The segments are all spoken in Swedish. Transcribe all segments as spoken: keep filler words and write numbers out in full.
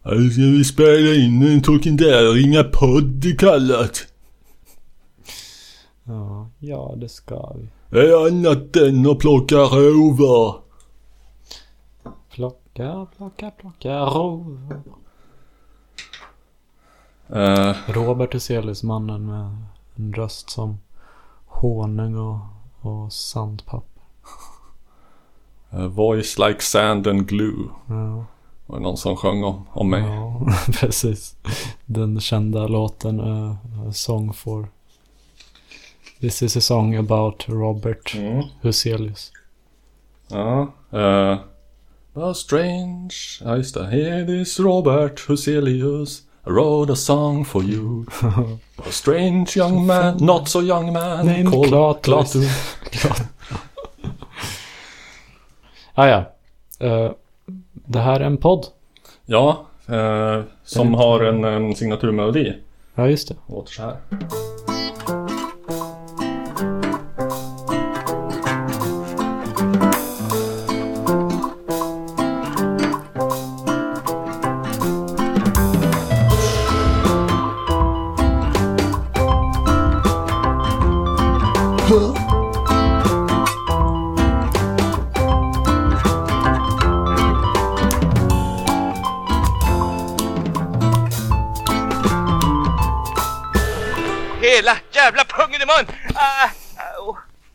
Här ska vi spela in en Talking Daring podd kallat. Ja, ja, det ska vi. Det är annat än att plocka rover. Plocka, plocka, plocka rover. Uh, Robert Huselius, mannen med en röst som honung och, och sandpapper. A voice like sand and glue. Ja. Var det någon som sjöng om, om mig? Ja, precis. Den kända låten uh, A Song for... This is a song about Robert mm. Huselius. Ja. Uh, a strange... Ja, just det. Here this Robert Huselius. I wrote a song for you. A strange young man, not so young man. Nej, men klart. Klart. klart. ah, ja. Uh, det här är en podd. Ja, uh, som har en, en signaturmelodi. Ja, just det. Låter så här. Hela jävla pungen i mun! Ah, oh.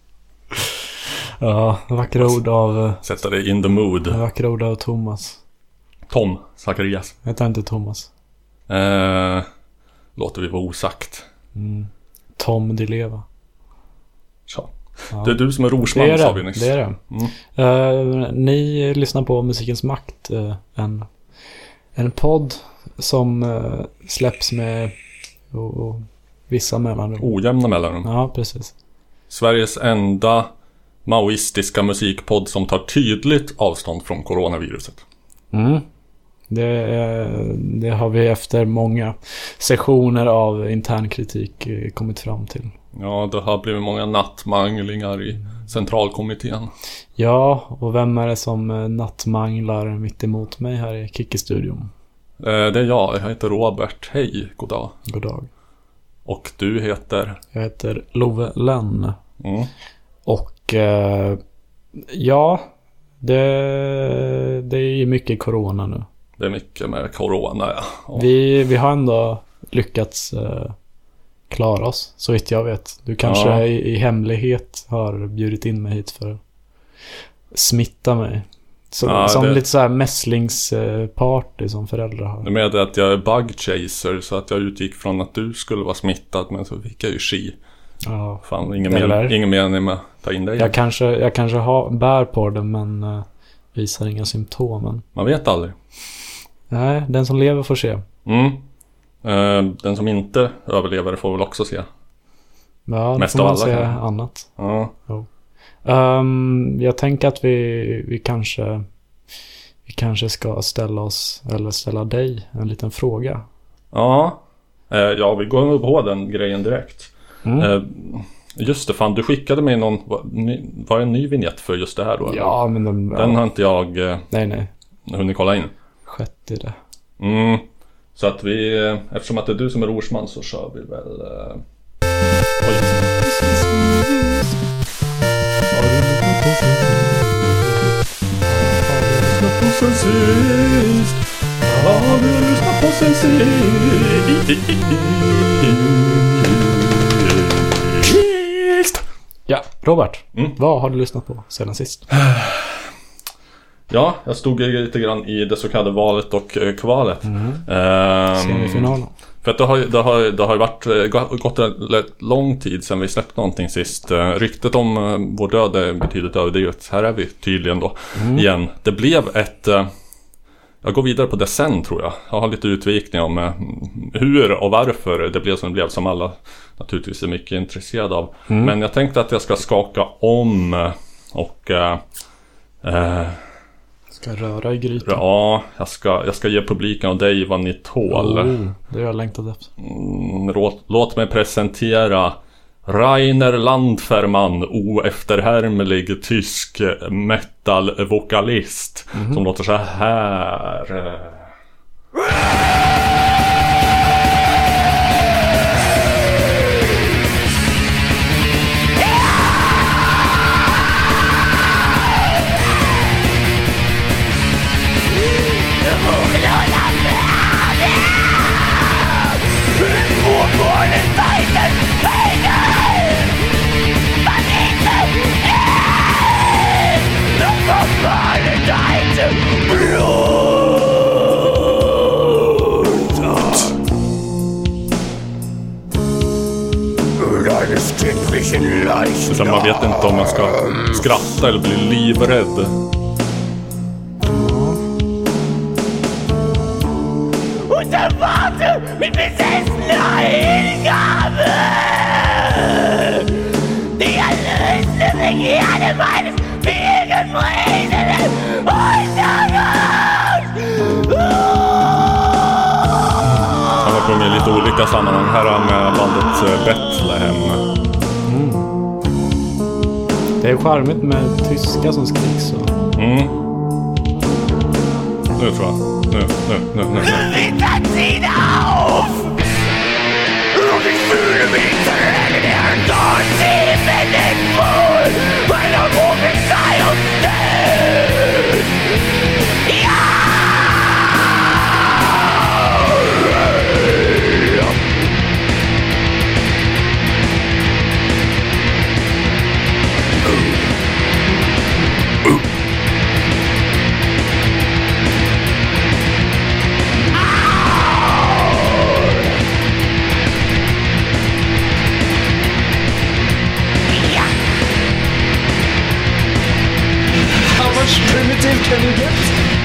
Ja, vackra ord av... Sätta dig in the mood. Vackra ord av Thomas. Tom Zacharias. Jag heter inte Thomas. Eh, låter vi vara osagt. Mm. Tom Di Leva. Så. Ja. Det är du som är rorsman, det är det, sa vi nyss. det är det. Mm. Uh, ni lyssnar på Musikens makt. Uh, en, en podd som uh, släpps med och, och vissa mellanrum. Ojämna mellanrum. Ja, precis. Sveriges enda maoistiska musikpodd som tar tydligt avstånd från coronaviruset. Mm. Det, det har vi efter många sessioner av intern kritik kommit fram till. Ja, det har blivit många nattmanglingar i centralkommittén. Ja, och vem är det som nattmanglar mitt emot mig här i Kicki-studion? Det är jag, jag heter Robert. Hej, god dag. God dag. Och du heter? Jag heter Love Lenn. Mm. Och eh, ja, det, det är ju mycket corona nu. Det är mycket med corona, ja. Och... Vi, vi har ändå lyckats eh, klara oss, så vitt jag vet. Du kanske ja. i, i hemlighet har bjudit in mig hit för att smitta mig. Så, ja, som det... lite så här mässlingsparty som föräldrar har. Du menar att jag är bug chaser, så att jag utgick från att du skulle vara smittad, men så fick jag ju ski. Ja, fan, ingen, men, ingen mening med att ta in dig. Jag kanske, jag kanske har, bär på det, men uh, visar inga symptomen. Man vet aldrig. Nej, den som lever får se. Mm. Uh, den som inte överlever får väl också se. Ja, mest får man av alla se kan. annat. Ja. Oh. Um, jag tänker att vi, vi kanske vi kanske ska ställa oss, eller ställa dig en liten fråga. Ja, uh, ja vi går på den grejen direkt. Mm. Uh, just det, fan, du skickade mig någon, var det en ny vignett för just det här då? Ja, men de, den ja. har inte jag uh, nej, nej. hunnit kolla in. Skett i det. Mm. Så att vi, eftersom att det är du som är rorsman, så kör vi väl uh... Oj. Har du lyssnat på sen sist? Ja, Robert, mm. vad har du lyssnat på sedan sist? Ja, jag stod lite grann i det så kallade valet och kvalet. Mm. Um, Semifinalen. För att det har, det har, det har varit, gått en lång tid sedan vi släppte någonting sist. Ryktet om vår död är betydligt överdrivet. Här är vi tydligen då mm. igen. Det blev ett... Jag går vidare på det sen, tror jag. Jag har lite utvikning om hur och varför det blev som det blev, som alla naturligtvis är mycket intresserade av. Mm. Men jag tänkte att jag ska skaka om och... Äh, äh, ska röra i grytan. Ja, jag ska, jag ska ge publiken och dig vad ni tål. Oh, det har jag längtat efter. Mm, låt, låt mig presentera Rainer Landferman, oefterhärmlig tysk metal-vokalist, mm-hmm. som låter så här. Så man vet inte om man ska skratta eller bli livrädd. Und der Vater mit besessener Hingabe, die erlösende Begierde meines Wegenfriedens Untergangs. Han har sjungit i lite olika sammanhang. Här är med bandet Bethlehem. Mm. Det är charmigt med tyska som skriks så. Mm. Nu tror jag. Nu, nu, nu, nu. Wittern zieht auf! Und ich fühle mich zerrennen, Herr Gott, sie wendet wohl, meiner Rufe sei und Tod! Ja! Primitive can you get?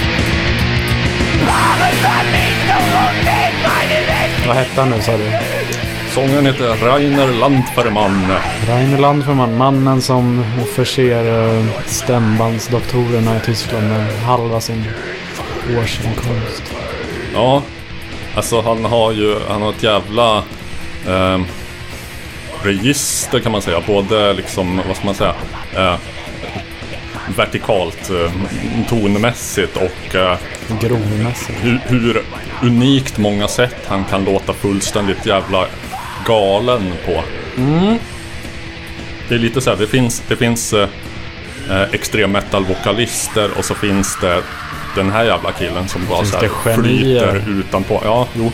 Vad hette han nu, sa du? Sången heter Rainer Landfermann. Rainer Landfermann, mannen som förser stämbandsdoktorerna i Tyskland med halva sin årsinkomst. Ja, alltså han har ju han har ett jävla eh, register kan man säga. Både liksom, vad ska man säga, eh, vertikalt, eh, tonmässigt och eh, grovmässigt. Hur, hur unikt många sätt han kan låta fullständigt jävla galen på. Mm. Det är lite så här, det finns, det finns eh, extrem metal-vokalister och så finns det den här jävla killen som bara så här flyter utanpå. Ja, jo.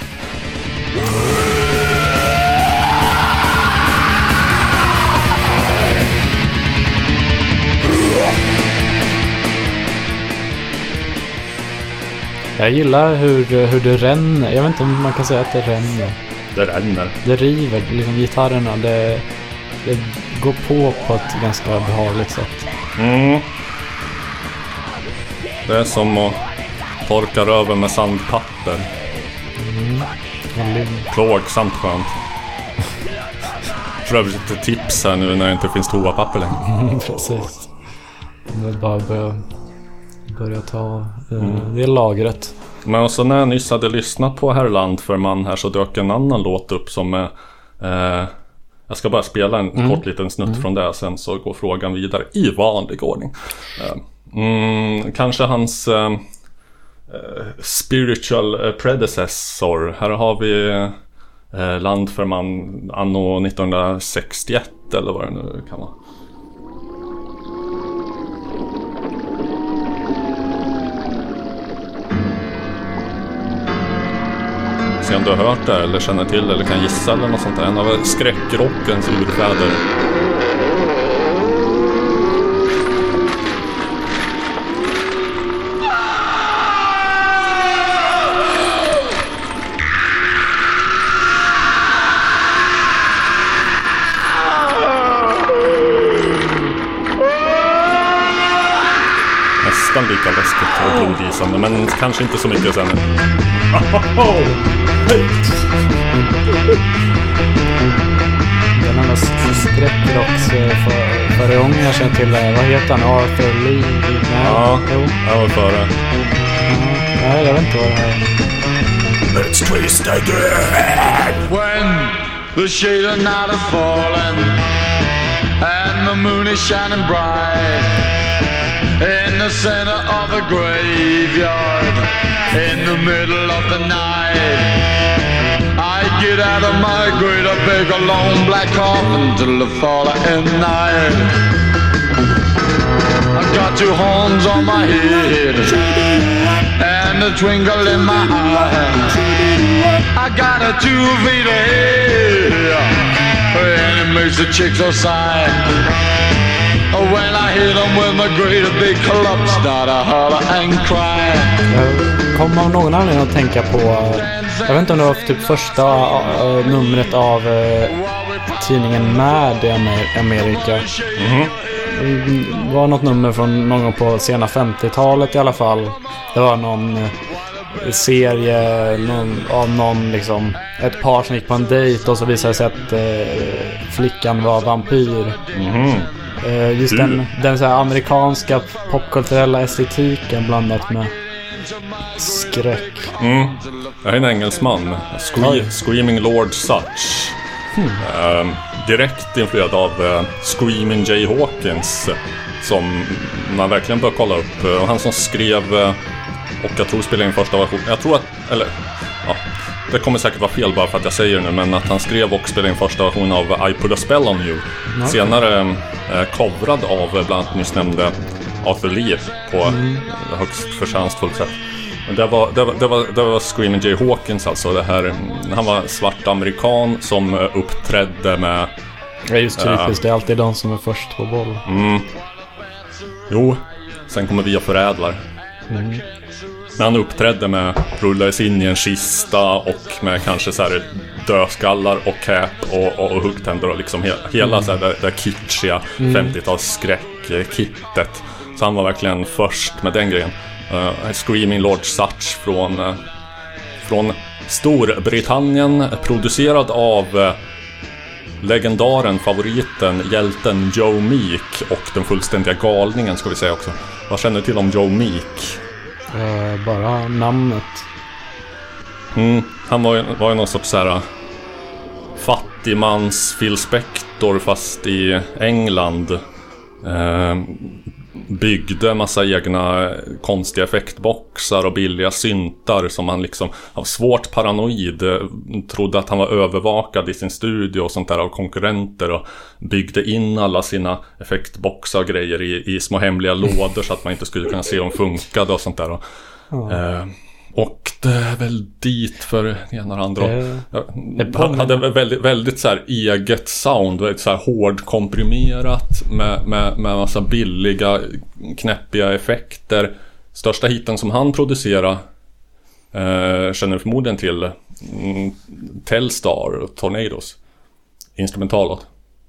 Jag gillar hur, hur det ränner. Jag vet inte om man kan säga att det ränner. Det ränner. Det river, liksom gitarrerna. Det, det går på på ett ganska behagligt sätt. Mm. Det är som att torka över med sandpapper. Mm. Plågsamt skönt. För övrigt lite tips här nu när det inte finns toapapper längre. Precis. Det är bara börja, börja ta uh, mm. det lagret. Men också när jag nyss hade lyssnat på Herr Landfermann här så dök en annan låt upp som är... Eh, jag ska bara spela en mm. kort liten snutt mm. från det. Sen så går frågan vidare i vanlig ordning. Eh, mm, kanske hans eh, spiritual predecessor. Här har vi eh, Landfermann anno nittonhundrasextioett eller vad det nu kan vara. Se om du har hört det eller känner till eller kan gissa eller något sånt där. En av skräckrockens urfäder. Nästan lika läskigt och blodisande, men kanske inte så mycket sen. Den enda skräckrocks för, förra gången jag känner till det. Vad heter han? Arthur Lee? Nej, ja, jo. jag var före. Ja, nej, jag vet inte vad det här är. Let's twist again. When the shade of night is falling and the moon is shining bright in the center of a graveyard, in the middle of the night, I get out of my grave, a big long black coffin till the following night. I got two horns on my head and a twinkle in my eye. I got a two feet ahead and it makes the chicks so sigh. When I hit them with my great big club, start a holler and cry. Jag kommer av någon anledning att tänka på, jag vet inte om det var typ första uh, numret av uh, tidningen Mad i Amer- Amerika. Mm-hmm. Det var något nummer från någon gång på sena femtiotalet i alla fall. Det var någon uh, serie någon, av någon liksom, ett par som gick på en dejt och så visade det sig att uh, flickan var vampyr. Mm-hmm. Uh, just den, den så här amerikanska popkulturella estetiken blandat med skräck. Mm. Jag är en engelsman, Scre- Screaming Lord Sutch. Hmm. Uh, direkt influerad av uh, Screaming Jay Hawkins, som man verkligen bör kolla upp. Uh, han som skrev uh, och jag tror spelade in första versionen. Jag tror att, eller ja, det kommer säkert vara fel bara för att jag säger det nu, men att han skrev och spelade in första versionen av I Put a Spell on You. Mm. Senare uh, coverad av uh, bland annat nyss nämnde Arthur Lee på mm. uh, högst förtjänstfullt sätt. Det var, det, var, det, var, det var Screaming Jay Hawkins alltså. Det här, han var svart amerikan som uppträdde med... Ja, just typiskt. Uh, det är alltid de som är först på boll. Mm. Jo, sen kommer vi och förädlar. Mm. När han uppträdde med rullades in i en kista och med kanske så här dödskallar och cap och, och, och huggtänder och liksom he, hela mm. så här, det, det kitschiga mm. femtio-tals skräckkittet. Så han var verkligen först med den grejen. Uh, Screaming Lord Sutch från, uh, från Storbritannien, producerad av uh, legendaren, favoriten, hjälten Joe Meek och den fullständiga galningen ska vi säga också. Vad känner du till om Joe Meek? Uh, bara namnet. Mm, han var ju, var ju någon sorts så här uh, fattigmans Phil Spector fast i England. Uh, byggde massa egna konstiga effektboxar och billiga syntar som han liksom av svårt paranoid trodde att han var övervakad i sin studio och sånt där av konkurrenter och byggde in alla sina effektboxar och grejer i, i små hemliga lådor så att man inte skulle kunna se om de funkade och sånt där och, mm. eh, och det är väl dit för det ena och andra. Det, det han hade väldigt, väldigt så här eget sound, väldigt så här hård komprimerat med, med, med massa billiga knäppiga effekter. Största hiten som han producerade eh, känner förmodligen till mm, Telstar och Tornadoes instrumentallåt.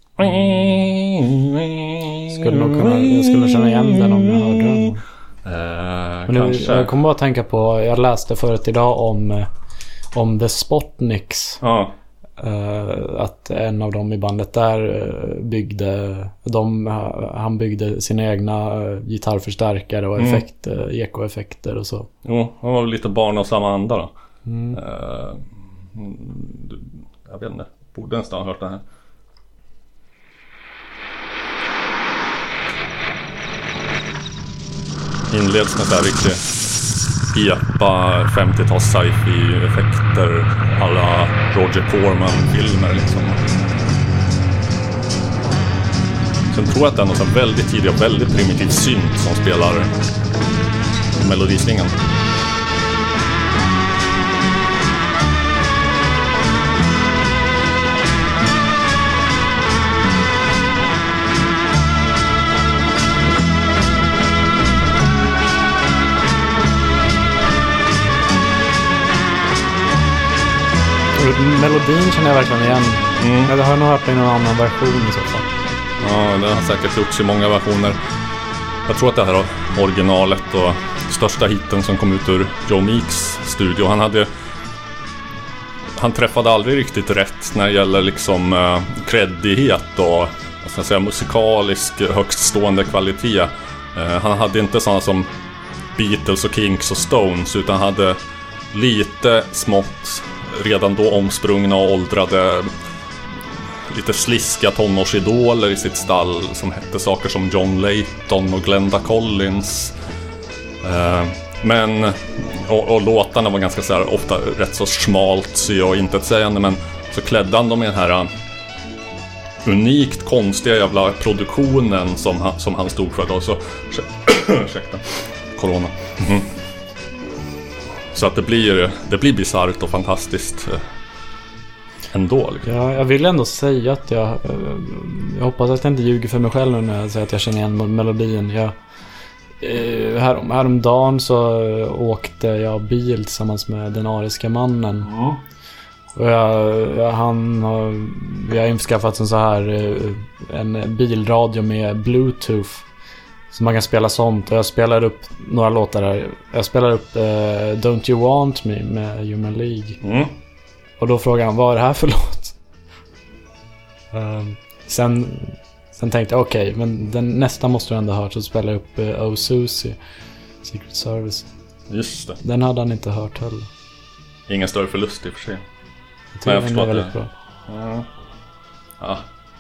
Skulle nog kunna, jag skulle känna igen den om jag hörde den. Uh, Men nu, jag kommer bara att tänka på, jag läste förut idag om om The Spotniks. Ja. Uh, att en av dem i bandet där byggde de, han byggde sina egna gitarrförstärkare och mm. effekt, ekoeffekter och så. Jo, han var väl lite barn av samma anda då. Mm. Uh, jag vet inte, borde nästan ha hört det här. Inleds med så här riktigt epa femtio-tals sci-fi-effekter alla Roger Corman-filmer liksom. Sen tror jag att det är någon så här väldigt tidig och väldigt primitiv synt som spelar melodislingan. Melodin känner jag verkligen igen. Mm. Jag har nog hört i någon annan version i så fall. Ja, det har säkert gjorts i många versioner. Jag tror att det här är originalet och största hitten som kom ut ur Joe Meeks studio. Han hade han träffade aldrig riktigt rätt när det gäller liksom uh, kreddighet och vad ska jag säga, musikalisk högststående kvalitet. Uh, han hade inte sådana som Beatles och Kinks och Stones, utan hade lite smått redan då omsprungna och åldrade lite sliska tonårsidoler i sitt stall som hette saker som John Layton och Glenda Collins. Eh, men och, och låtarna var ganska så här, ofta rätt så smalt och intetsägande, men så klädde han dem i den här unikt konstiga jävla produktionen som han, som han stod för då. Så ursäkta, corona. Mm. Så att det blir, det blir bizarrt och fantastiskt. ändå. Liksom. Ja, jag vill ändå säga att jag... Jag hoppas att jag inte ljuger för mig själv nu när jag säger att jag känner igen melodin. Jag, härom, häromdagen så åkte jag bil tillsammans med den ariska mannen. Mm. Och jag, jag, han har, vi har införskaffat en så här en bilradio med Bluetooth så man kan spela sånt. Och jag spelar upp några låtar där. Jag spelar upp uh, Don't You Want Me med Human League. Mm. Och då frågar han, vad är det här för låt? Uh, sen, sen tänkte jag, okej, okay, men den nästa måste du ändå ha hört. Så spelar jag upp uh, Oh Susie, Secret Service. Just det. Den hade han inte hört heller. Ingen större förlust i och för sig. Men jag förstår det. Väldigt bra. Ja. Ja.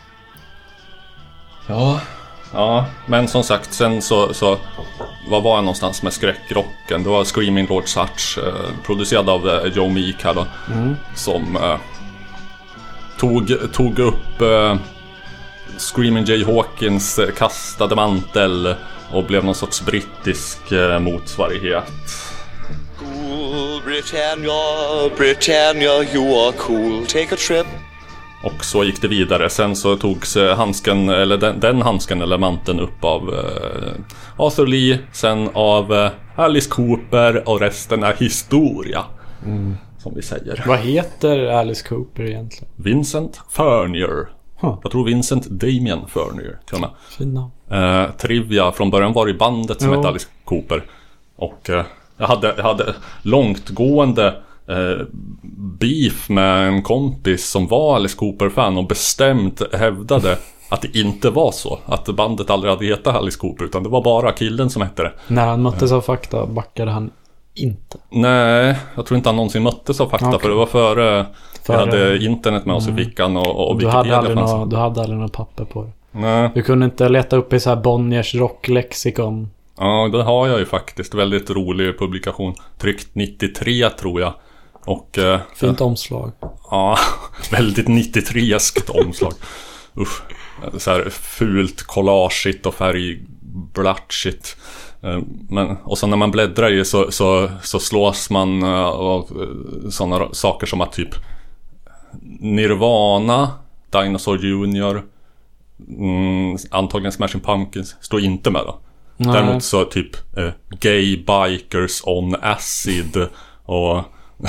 Ja. Ja, men som sagt, sen så, så vad var jag någonstans med skräckrocken? Det var Screaming Lord Sutch, eh, producerad av eh, Joe Meek här då, mm. som eh, tog, tog upp eh, Screaming Jay Hawkins eh, kastade mantel och blev någon sorts brittisk eh, motsvarighet. Cool Britannia, Britannia, you are cool, take a trip. Och så gick det vidare. Sen så togs handsken, eller den, den handsken eller manteln upp av eh, Arthur Lee, sen av eh, Alice Cooper, och resten är historia. Mm. Som vi säger. Vad heter Alice Cooper egentligen? Vincent Furnier. Huh. Jag tror Vincent Damien Furnier till och med. Fina. Eh, trivia, från början var det bandet som jo. hette Alice Cooper. Och eh, jag, hade, jag hade långtgående Eh, beef med en kompis som var Alice Cooper-fan och bestämt hävdade att det inte var så. Att bandet aldrig hade hetat Alice Cooper, utan det var bara killen som hette det. När han möttes av fakta backade han inte. Nej, jag tror inte han någonsin möttes av fakta. Okay. För det var före, före... vi hade internet med oss mm. i fickan och, och du, hade aldrig några, du hade aldrig några papper på det. Nej. Du kunde inte leta upp i så här Bonniers rocklexikon. Ja, det har jag ju faktiskt. Väldigt rolig publikation. Tryckt nittiotre tror jag. Och, eh, fint omslag. Ja, väldigt nittiotre-eskt omslag. Usch, så här fult collageigt och färgblatchigt. Men, och så när man bläddrar i så, så, så slås man av sådana saker som att typ Nirvana, Dinosaur Junior, mm, antagligen Smashing Pumpkins står inte med då. Nej. Däremot så typ eh, Gay Bikers on Acid och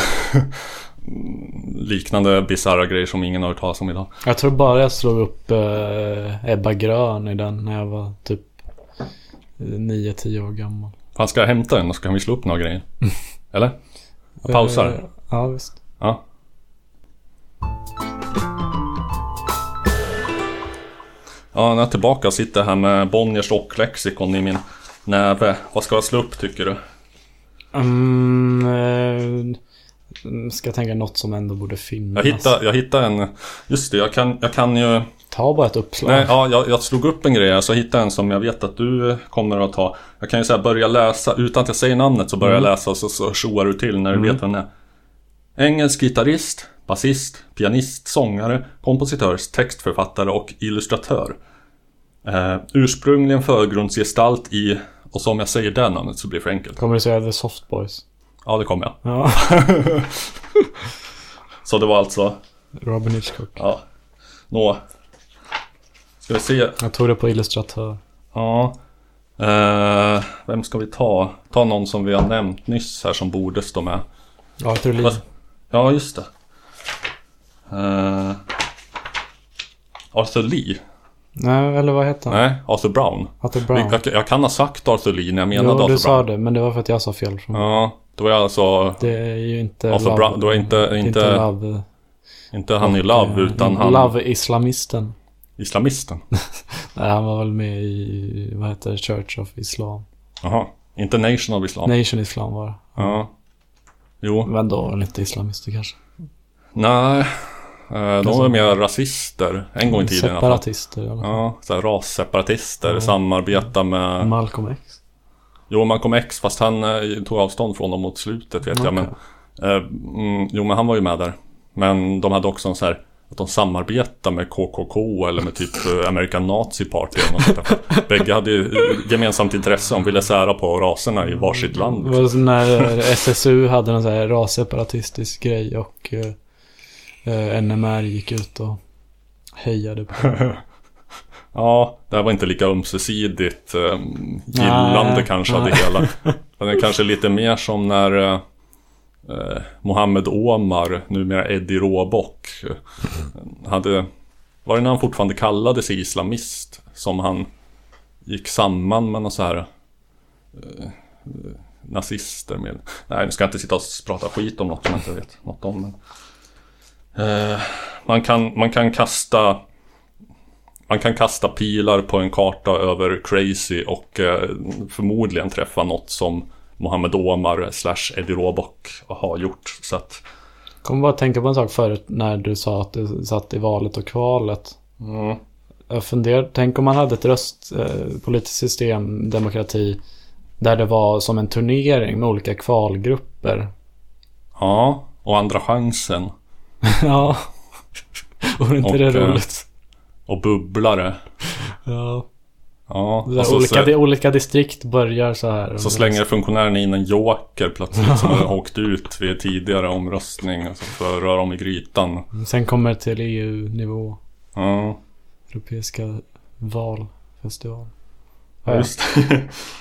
liknande bizarra grejer som ingen har hört talas om idag. Jag tror bara jag slog upp eh, Ebba Grön i den när jag var typ nio tio år gammal. Han ska hämta den och så kan vi slå upp några grejer. Eller? Jag pausar. Eh, ja, visst. Ja. Ja, när jag är tillbaka och sitter här med Bonniers och lexikon i min näve. Vad ska jag slå upp tycker du? Mm, eh, ska jag tänka något som ändå borde finnas. Jag hittar, jag hittar en. Just det, jag kan, jag kan ju ta bara ett uppslag. Nej, ja, jag, jag slog upp en grej. Så hittade en som jag vet att du kommer att ta. Jag kan ju säga börja läsa. Utan att jag säger namnet så börjar mm. jag läsa. Och så, så tjoar du till när du mm. vet vem det är. Engelsk gitarrist, basist, pianist, sångare, kompositör, textförfattare och illustratör. eh, Ursprungligen förgrundsgestalt i. Och så om jag säger det namnet så blir det för enkelt. Kommer du säga The Soft Boys? Ja, det kommer jag. Ja. Så det var alltså Robin Hitchcock. Ja. Nå. Ska vi se. Jag tog det på illustratör. Ja. eh, Vem ska vi ta? Ta någon som vi har nämnt nyss här som borde stå med. Arthur Lee. Ja, just det. eh, Arthur Lee. Nej, eller vad heter han? Nej, Arthur Brown. Arthur Brown. Jag, jag kan ha sagt Arthur Lee när jag menade jo, Arthur Brown. Du sa det, men det var för att jag sa fel. Ja, då är jag alltså. Det är ju inte Arthur Brown, då är inte inte inte, love, inte han i Love utan han Love islamisten. Islamisten. Nej, han var väl med i vad heter det? Church of Islam. Jaha, inte Nation of Islam. Nation Islam var det. Ja. Jo. Men då var inte islamister kanske. Nej. De var mer rasister en gång i tiden. Separatister i alla fall. Ja, så här rasseparatister, ja. Samarbeta med Malcolm X. Jo, Malcolm X, fast han eh, tog avstånd från dem mot slutet vet okay. jag men, eh, mm, Jo, men han var ju med där. Men de hade också en så här att de samarbetar med K K K eller med typ American Nazi Party eller något sånt där. Bägge hade gemensamt intresse om ville sära på raserna i varsitt land. Det var så när S S U hade en så här rasseparatistisk grej och eh, N M R gick ut och hejade på. Ja, det här var inte lika ömsesidigt eh, gillande nej, kanske nej. Av det hela. Men det är kanske lite mer som när eh, Mohammed Omar, numera Eddie Råbock, hade, var det när han fortfarande kallade sig islamist, som han gick samman med någon så här eh, nazister med. Nej, nu ska jag inte sitta och prata skit om något som jag inte vet något om. Men, eh, man, kan, man kan kasta Man kan kasta pilar på en karta över Crazy och eh, förmodligen träffa något som Mohammed Omar slash Eddie Råbock har gjort. Så att... Jag kommer bara tänka på en sak förut när du sa att du satt i valet och kvalet. Mm. Jag funderar, tänk om man hade ett röst, eh, politiskt system, demokrati, där det var som en turnering med olika kvalgrupper. Ja, och andra chansen. Ja, och inte och, det roligt. Och bubblare. Ja. Ja, och så, olika, så, olika distrikt börjar så här. Så slänger funktionären in en joker plötsligt som har åkt ut vid tidigare omröstning, alltså för att röra om i grytan. Sen kommer det till E U-nivå. Ja. Europeiska valfestival. Ja, just det.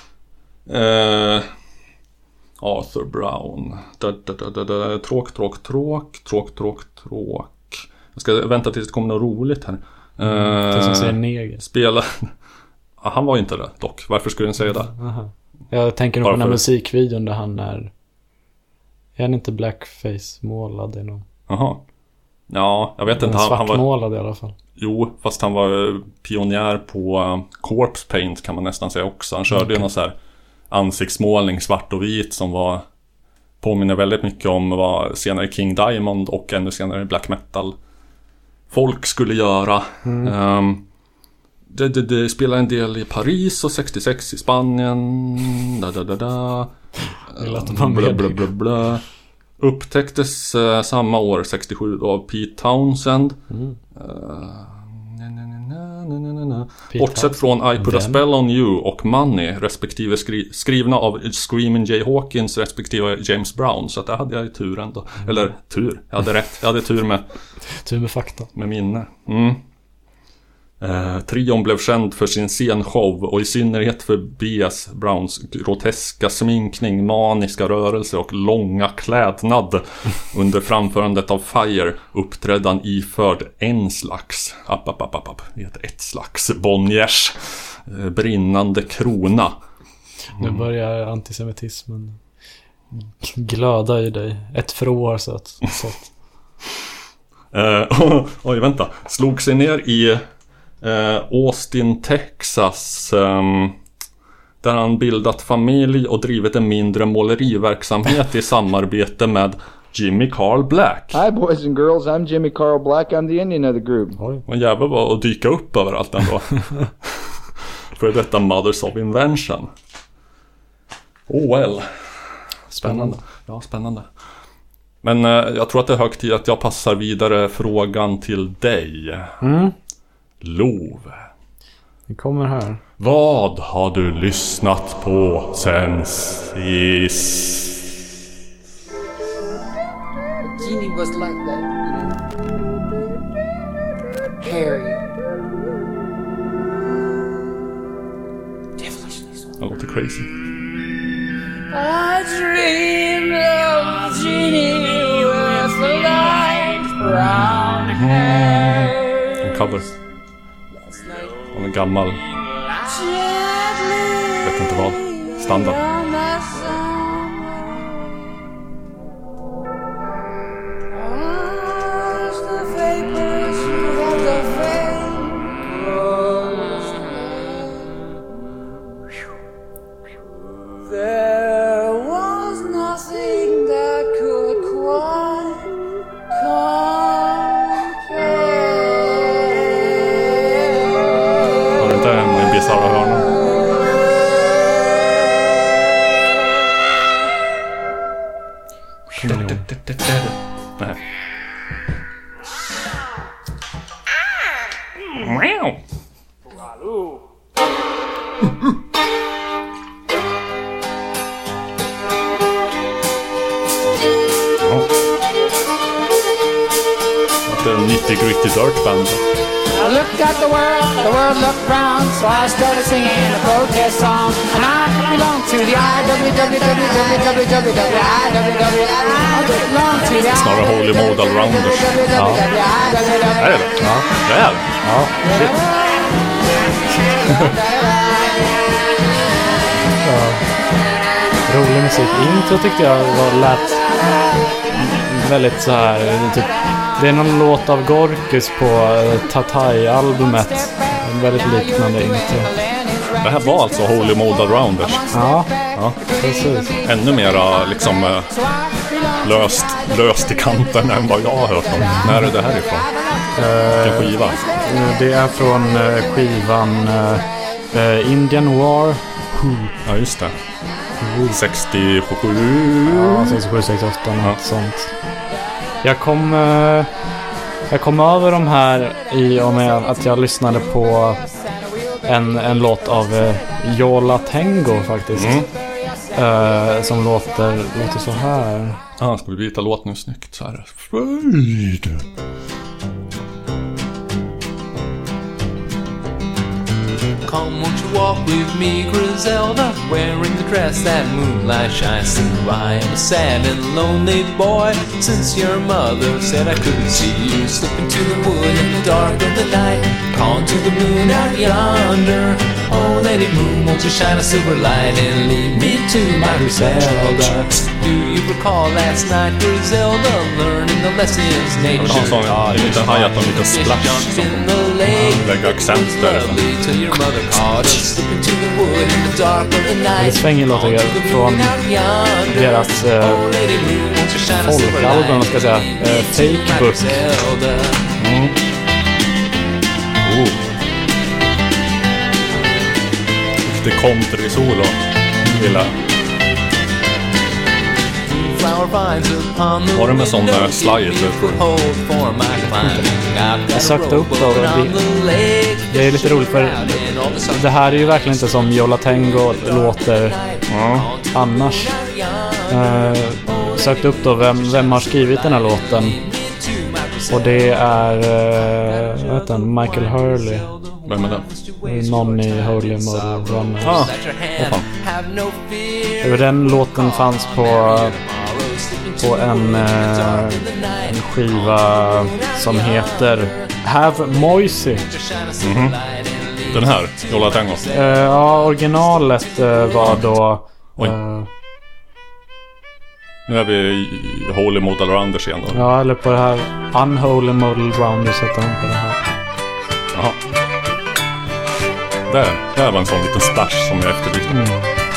uh, Arthur Brown. Da, da, da, da, da. Tråk, tråk, tråk. Tråk, tråk, tråk. Jag ska vänta tills det kommer något roligt här. Mm, det som säger neger. Spela... Ja, han var inte det dock. Varför skulle den säga det? Aha. Jag tänker nog på den här musikvideon där han är... Är han inte blackface målad i någon? Jaha. Ja, jag vet inte. Han, han var målad i alla fall. Jo, fast han var pionjär på uh, corpse paint kan man nästan säga också. Han körde ju okay. någon så här ansiktsmålning svart och vit som var... Påminner väldigt mycket om vad senare King Diamond och ännu senare black metal folk skulle göra. Mm. Um, det, det, det spelar en del i Paris och sextiosex i Spanien. Da, da, da, da. Um, bla, bla, bla, bla. Upptäcktes uh, samma år, sextiosju, då, av Pete Townsend. Mm. Uh, na, na, na, na, na, na. Bortsett från I Put a Spell on You och Money, respektive skri- skrivna av Screaming Jay Hawkins respektive James Brown. Så att där hade jag ju tur ändå. Mm. Eller tur, jag hade rätt. Jag hade tur med tur med fakta. Med minne. Mm. Eh, trion blev känd för sin scenshow och i synnerhet för B S Browns groteska sminkning, maniska rörelser och långa klädnad. Under framförandet av Fire uppträdde han iförd en slags app, app, app, app, app. Det heter ett slags Bonniers eh, brinnande krona. Mm. Nu börjar antisemitismen glöda i dig. Ett frår så att, så att. eh, Oj, vänta. Slog sig ner i Uh, Austin, Texas, um, där han bildat familj och drivit en mindre måleriverksamhet i samarbete med Jimmy Carl Black. Hi boys and girls, I'm Jimmy Carl Black, I'm the Indian of the group. Och en jävel var att dyka upp överallt ändå. För detta Mothers of Invention. Oh well. Spännande. Ja, spännande. Men uh, jag tror att det är hög tid att jag passar vidare frågan till dig. Mm. Love. Vi kommer här. Vad har du lyssnat på sen sist? Genie was like that, you know. Harry. Devilishly so. Det låter crazy. I dreamed of a genie with light brown hair. En cover. Om en gammal, vet inte vad, standard. nitty gritty dirt band. I looked at the world, the world looked round, so I started singing a protest song. And I belong to the I W W W W W W I W W. I belong to the Snarare Holy Modal Rounders. Ja. Är det? Ja. Det är det. Ja. Ja. Rolig musik. Intro tyckte jag var lät väldigt så här typ. Det är någon låt av Gorkus på Tatai-albumet. En väldigt liknande intro. Det här var alltså Holy Modal Rounders. Ja, Ja. precis. Ännu mera liksom eh, löst, löst i kanten än vad jag har hört om. När är det här ifrån? Vilken skiva? Det är från eh, skivan eh, Indian War. Ja, just det. sextiosju. Ja, sextiosju sextioåtta, något Ja. sånt. Jag kom, eh, jag kom över de här i och med att jag lyssnade på en, en låt av eh, Yola Tango faktiskt. Mm. Eh, som låter, låter så här. Ah, ska vi byta låt nu snyggt så här. Fröjd. Come, won't you walk with me, Griselda, wearing the dress that moonlight shines through. I am a sad and lonely boy, since your mother said I couldn't see you. Slip into the wood in the dark of the night, calling to the moon out yonder. Oh, Lady Moon, won't you shine a silver light and lead me to my Griselda? Do you recall last night, Griselda, learning the lessons nature taught us? En liten hi-hat och en liten splash som lägger accent där. Det svänger låter från deras eh, folkalbum, ska jag säga. Eh, Fake Book. Mm. Oh. Lite country-solo. Gillar. Var det med sån där slide? Jag sökte upp då. Det, det är lite roligt för det här är ju verkligen inte som Yola Tango låter Ja. annars. Uh, sökte upp då vem, vem har skrivit den här låten. Och det är uh, vad heter han? Michael Hurley. Vem är det? Någon i Holy Modal Runners. Ah, vad fan. Den låten fanns på på en, uh, en skiva som heter Have Moisey. Mm-hmm. Den här, Yola Tango. Uh, ja, originalet uh, var då uh, nu är vi i Holy Modal Rounders igen då. ja, eller på det här Unholy Modal Rounders heter de på det här. Jaha. Där, där var en sån liten splash som jag efterlyste. Mm.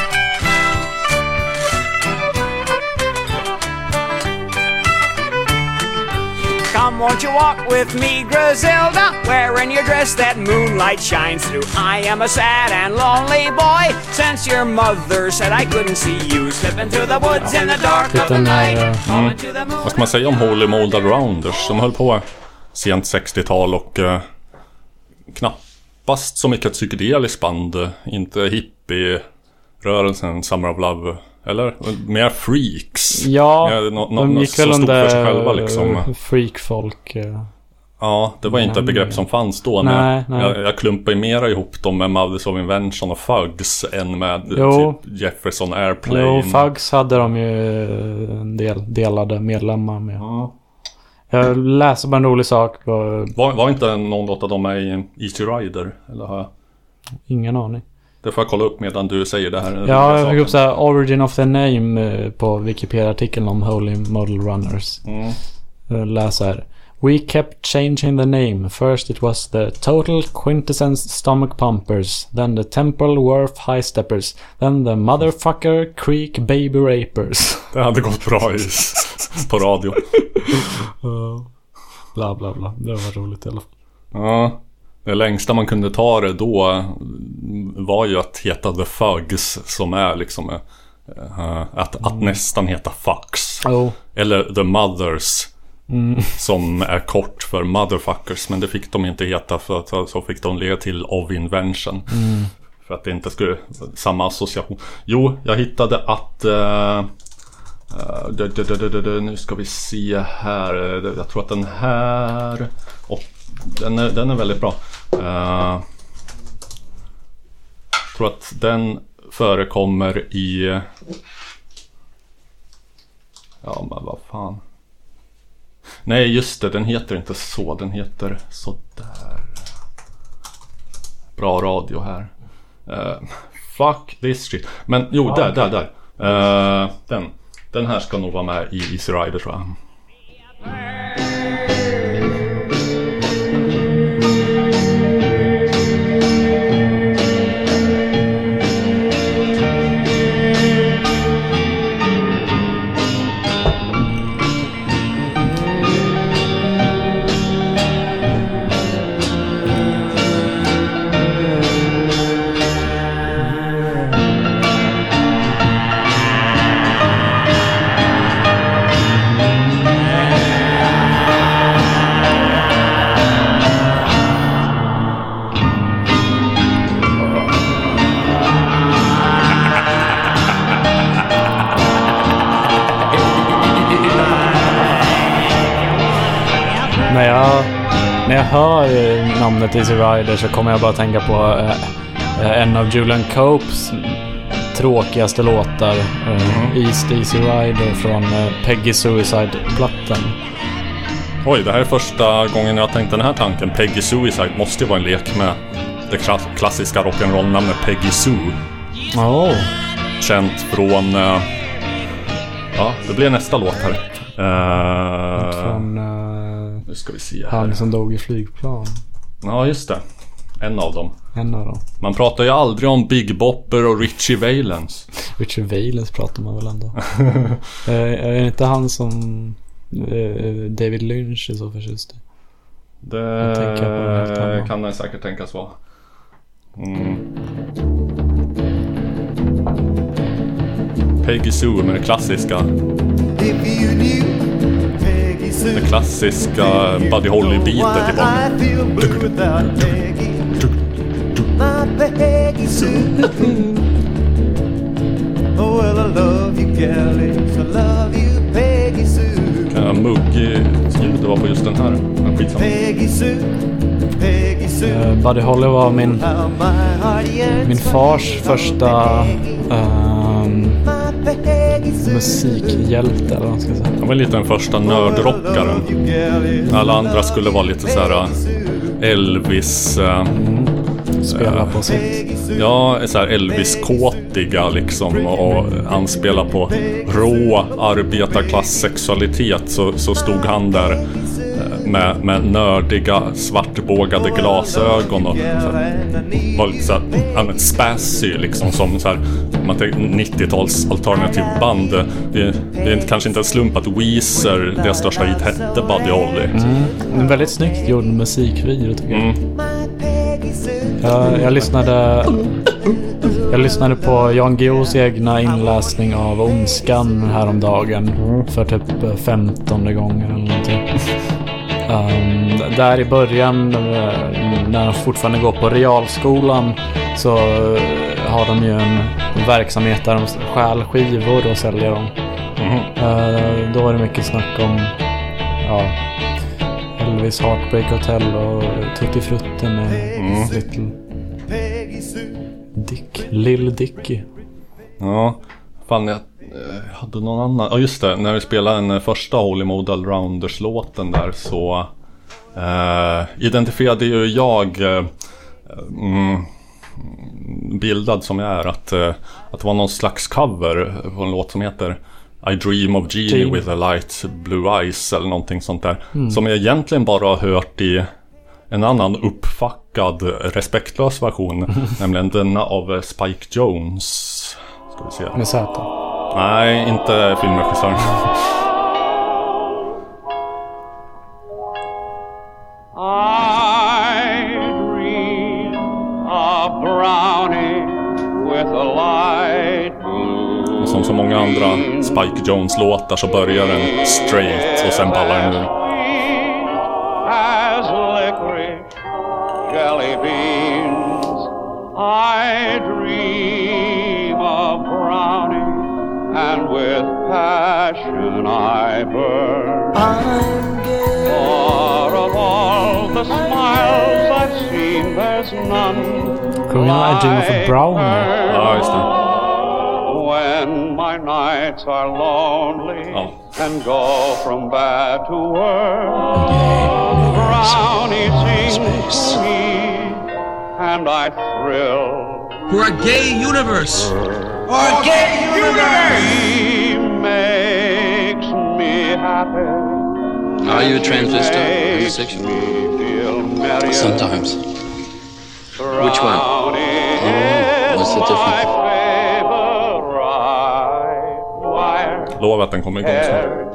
Come, won't you walk with me, Griselda, wearing your dress that moonlight shines through. I am a sad and lonely boy, since your mother said I couldn't see you, slipping through the woods in the dark of the night. Mm. Vad ska man säga om Holy Modal Rounders som höll på sent sextiotal och uh, knappast så mycket psykedeliskt band, inte hippie-rörelsen Summer of Love. Eller? Mer freaks. Ja, ja no, no, de gick väl under för sig själva, liksom. Freakfolk. Ja, det var inte ett begrepp som fanns då. Nej, nej. Jag, jag klumpar ju mera ihop dem med Mothers of Invention och Fugs än med jo. typ Jefferson Airplane. Jo, Fugs hade de ju en del delade medlemmar med. Ja. Jag läser bara en rolig sak. Var, var inte någon låt av dem med i Easy Rider? Eller har jag... Ingen aning. Det får jag kolla upp medan du säger det här. Ja, jag fick upp så här Origin of the Name på Wikipedia-artikeln om Holy Modal Runners. Mm. Läs här. We kept changing the name. First it was the Total Quintessence Stomach Pumpers. Then the Temple Wharf High Steppers. Then the Motherfucker Creek Baby Rapers. Det hade gått bra i, på radio. uh, bla bla bla. Det var roligt i alla fall. Ja. Det längsta man kunde ta det då var ju att heta The Fugs, som är liksom uh, att, att mm. nästan heta Fucks. Oh. Eller The Mothers, mm. som är kort för Motherfuckers, men det fick de inte heta, för att så fick de lägga till Of Invention. Mm. För att det inte skulle samma association. Jo, jag hittade att uh, Uh, d- d- d- d- d- nu ska vi se här. Jag tror att den här oh, den, är, den är väldigt bra. uh, Jag tror att den förekommer i... Ja, men vad fan. Nej, just det, den heter inte så. Den heter sådär. Bra radio här. uh, Fuck this shit. Men jo, ah, där, okay. där, där uh, Den Den här ska nog vara med i Easy Rider, tror jag. När jag, när jag hör namnet Easy Rider så kommer jag bara tänka på eh, en av Julian Copes tråkigaste låtar, eh, East Easy Rider från eh, Peggy Suicide-plattan. Oj, det här är första gången jag tänkte den här tanken. Peggy Suicide måste ju vara en lek med det klass- klassiska rock'n'roll-namnet Peggy Sue. Oh. Känt från... Uh, ja, det blir nästa låt här. Uh, från... Uh, nu ska vi se här. Han som dog i flygplan. Ja, just det. En av dem. En av dem. Man pratar ju aldrig om Big Bopper och Richie Valens. Richie Valens pratar man väl ändå. uh, är det inte han som uh, David Lynch är så förtjust i? Det kan det säkert tänkas vara. Mm. Peggy Sue med det klassiska. Det klassiska Buddy Holly-beatet i bakgrunden. Kan jag mugg det var på just den här. Uh, Buddy Holly var min min fars första um, musikhjälte, eller vad man ska säga. Han var lite den första nördrockaren. Alla andra skulle vara lite så här Elvis uh, mm. spela på sitt. Ja, så här Elvis-kåtiga liksom, och anspela på rå arbetarklass-sexualitet, så, så stod han där med, med nördiga svartbågade glasögon och så här, var lite så här spazzy liksom, som så här, man tänker nittio-tals alternativ band. Det, det är kanske inte en slump att Weezer, deras största hit, hette Buddy Holly. Mm. En väldigt snyggt gjord musikvideo tycker jag. Mm. Jag, jag lyssnade Jag lyssnade på Jan Guillous egna inläsning av Ondskan häromdagen för typ femtonde gånger eller någonting. Um, där i början när de fortfarande går på realskolan så har de ju en verksamhet där de stjäl skivor och säljer dem. Mm. Uh, då var det mycket snack om ja, Elvis, Heartbreak Hotel och Tutti Frutti med mm. Little Dick, Lil Dicky. Ja, fan jag eh, hade någon annan. Ja just det, när vi spelade den första Holy Model Rounders-låten där så eh, identifierade ju jag eh, mm, bildad som jag är att, eh, att det var någon slags cover på en låt som heter I Dream of Jeannie Gene. With a Light Blue Eyes eller någonting sånt där. Mm. Som jag egentligen bara har hört i en annan uppfackad, respektlös version. Nämligen denna av Spike Jones. Ska vi se. Med Z? Nej, inte filmregissören. I dream of brownie with a light blue. Och som så många andra Spike Jones-låtar så börjar den straight och sen ballar den ur. As licorice jelly beans, I dream of brownie, and with passion passion I burn. I'm gay. For of all the smiles I've seen, there's none. Sjunger Jennifer Brown. Ja, just det. When my nights are lonely Ja. and go from bad to worse, Brownie sings to me and I thrill. For a gay universe. For a gay universe. He makes me happy. Are you a transvestite or homosexual? Sometimes. Which one? Oh, what's the difference? Lova att den kommer igång snart.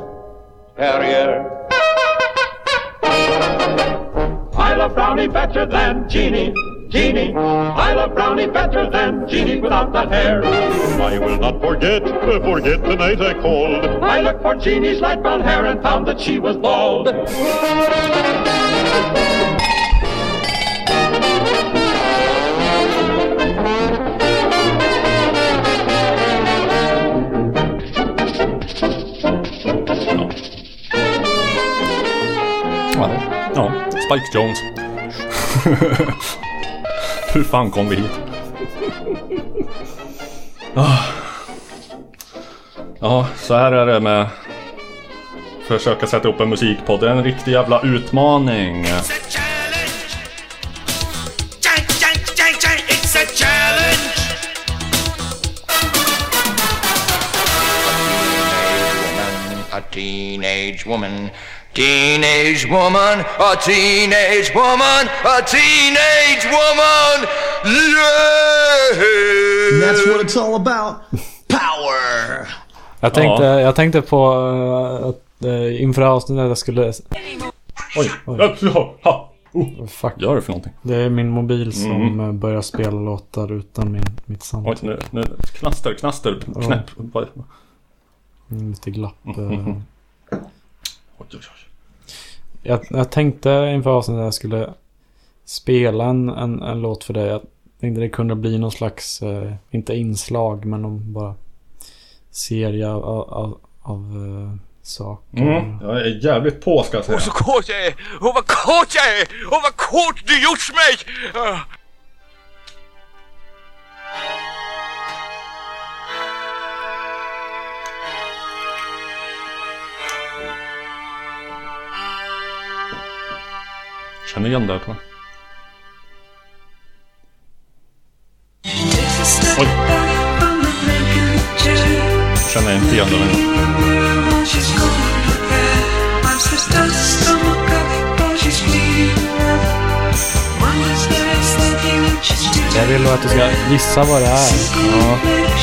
I love Brownie better than Jeannie. Jeannie, I love Brownie better than Jeannie without that hair. I will not forget, forget the night I called. I looked for Jeannie's light brown hair and found that she was bald. Ja, ja. Spike Jones. Hur fan kom vi hit? Oh. Ja, så här är det med försöka sätta upp en musikpodd. Det är en riktig jävla utmaning. A teenage woman, teenage woman, a teenage woman, a teenage woman, yeah! That's what it's all about. Power! Jag tänkte, Ja. jag tänkte på uh, att uh, inför avsnittet att jag skulle... Oj, oj. Ja, oh. Fuck. Gör det för någonting? Det är min mobil som Mm. uh, börjar spela låtar utan min, mitt samtal. Oj, nu, nu knaster, knaster, knäpp. Ja. Mm, lite glapp. Uh. Mm. Oj, oj, oj. Jag, jag tänkte inför avsnittet att jag skulle spela en, en, en låt för dig. Jag tänkte det kunde bli någon slags, uh, inte inslag, men om bara serie av, av, av uh, saker. Mm. Jag är jävligt på, ska jag säga. Åh, så kåt jag är! Åh, vad kåt jag är! Åh, vad kåt du gjort mig! Uh. Känner igen det här, tror jag. Oj. Känner jag inte igen det. Jag vill att du ska gissa vad det är. Ja.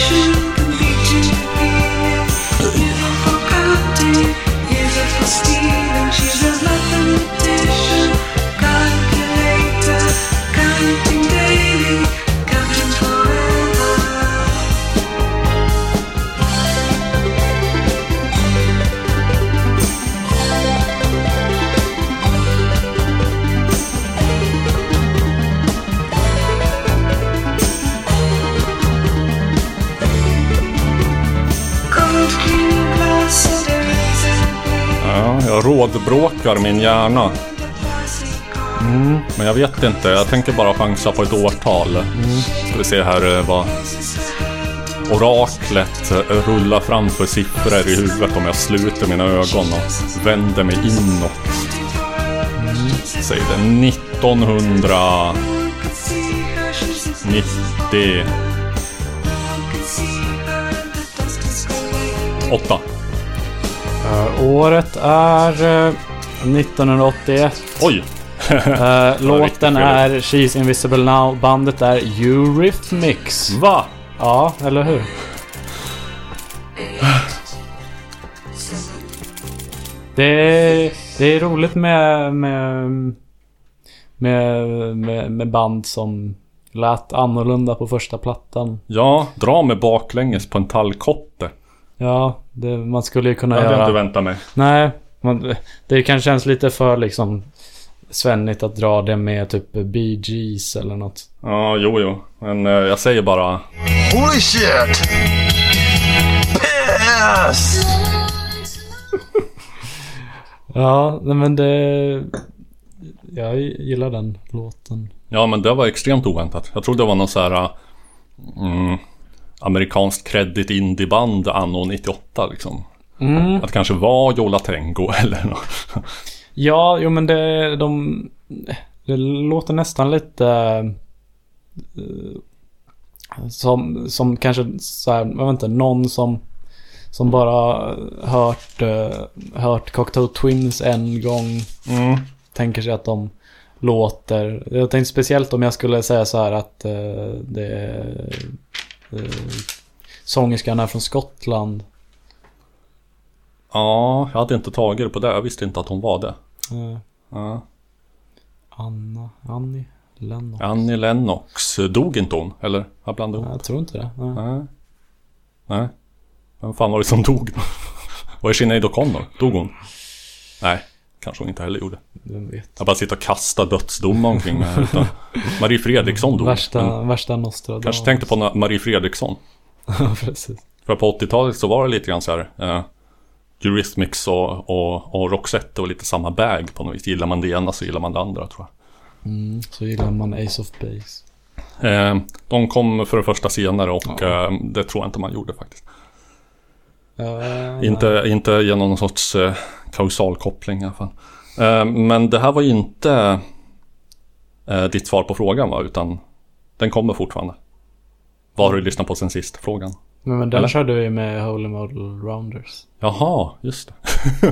Ja, jag rådbråkar min hjärna. Mm. Men jag vet inte, jag tänker bara chansa på ett årtal. Mm. Ska vi se här vad oraklet rullar framför siffror i huvudet om jag sluter mina ögon och vänder mig inåt. Mm. Säg det, nittonhundranittio. Åtta. Uh, året är uh, nittonhundraåttioett. Oj! uh, låten är She's Invisible Now. Bandet är Eurythmics. Va? Ja, eller hur? Det är, det är roligt med med, med med med band som lät annorlunda på första plattan. Ja, dra med baklänges på en tallkotte. Ja, det, man skulle ju kunna jag göra... Jag hade inte väntat mig. Nej, man, det kan kännas lite för liksom svennigt att dra det med typ Bee Gees eller något. Ja, jo, jo. Men eh, jag säger bara... Holy shit! Piss! Ja, men det... Jag gillar den låten. Ja, men det var extremt oväntat. Jag trodde det var någon så här mm, amerikanskt credit indieband anno nittioåtta liksom. Mm. Att det kanske var Yola Tango eller något. Ja, jo men det, de, det låter nästan lite uh, som, som kanske så här, jag vet inte, någon som som bara hört uh, hört Cocteau Twins en gång mm. tänker sig att de låter. Jag tänkte speciellt om jag skulle säga så här att uh, det är uh, sångerskan är från Skottland. Ja, jag hade inte tagit det på det. Jag visste inte att hon var det. Mm. Ja. Anna, Annie Lennox. Annie Lennox. Dog inte hon? Eller? Jag blandade ihop. Jag tror inte det. Nej. Nej. Nej. Vem fan var det som dog? Var är Sinéad O'Connor? Dog hon? Nej, kanske hon inte heller gjorde. Vem vet. Jag bara sitter och kastar dödsdomar omkring mig. Utan Marie Fredriksson dog. Värsta, värsta Nostradamus. Kanske tänkte på Marie Fredriksson. Ja, precis. För på åttiotalet så var det lite grann så här... Eh, Eurythmics och, och, och Roxette och lite samma bag på något vis. Gillar man det ena så gillar man det andra, tror jag. Mm, så gillar man Ace of Base. Eh, de kom för det första senare och ja. eh, det tror jag inte man gjorde faktiskt. Uh, inte, inte genom någon sorts eh, kausalkoppling i alla fall. Eh, men det här var inte eh, ditt svar på frågan, va? Utan den kommer fortfarande. Vad har du lyssnat på sen sist? Frågan. Men, men den Eller? körde vi med Holy Model Rounders. Jaha, just det.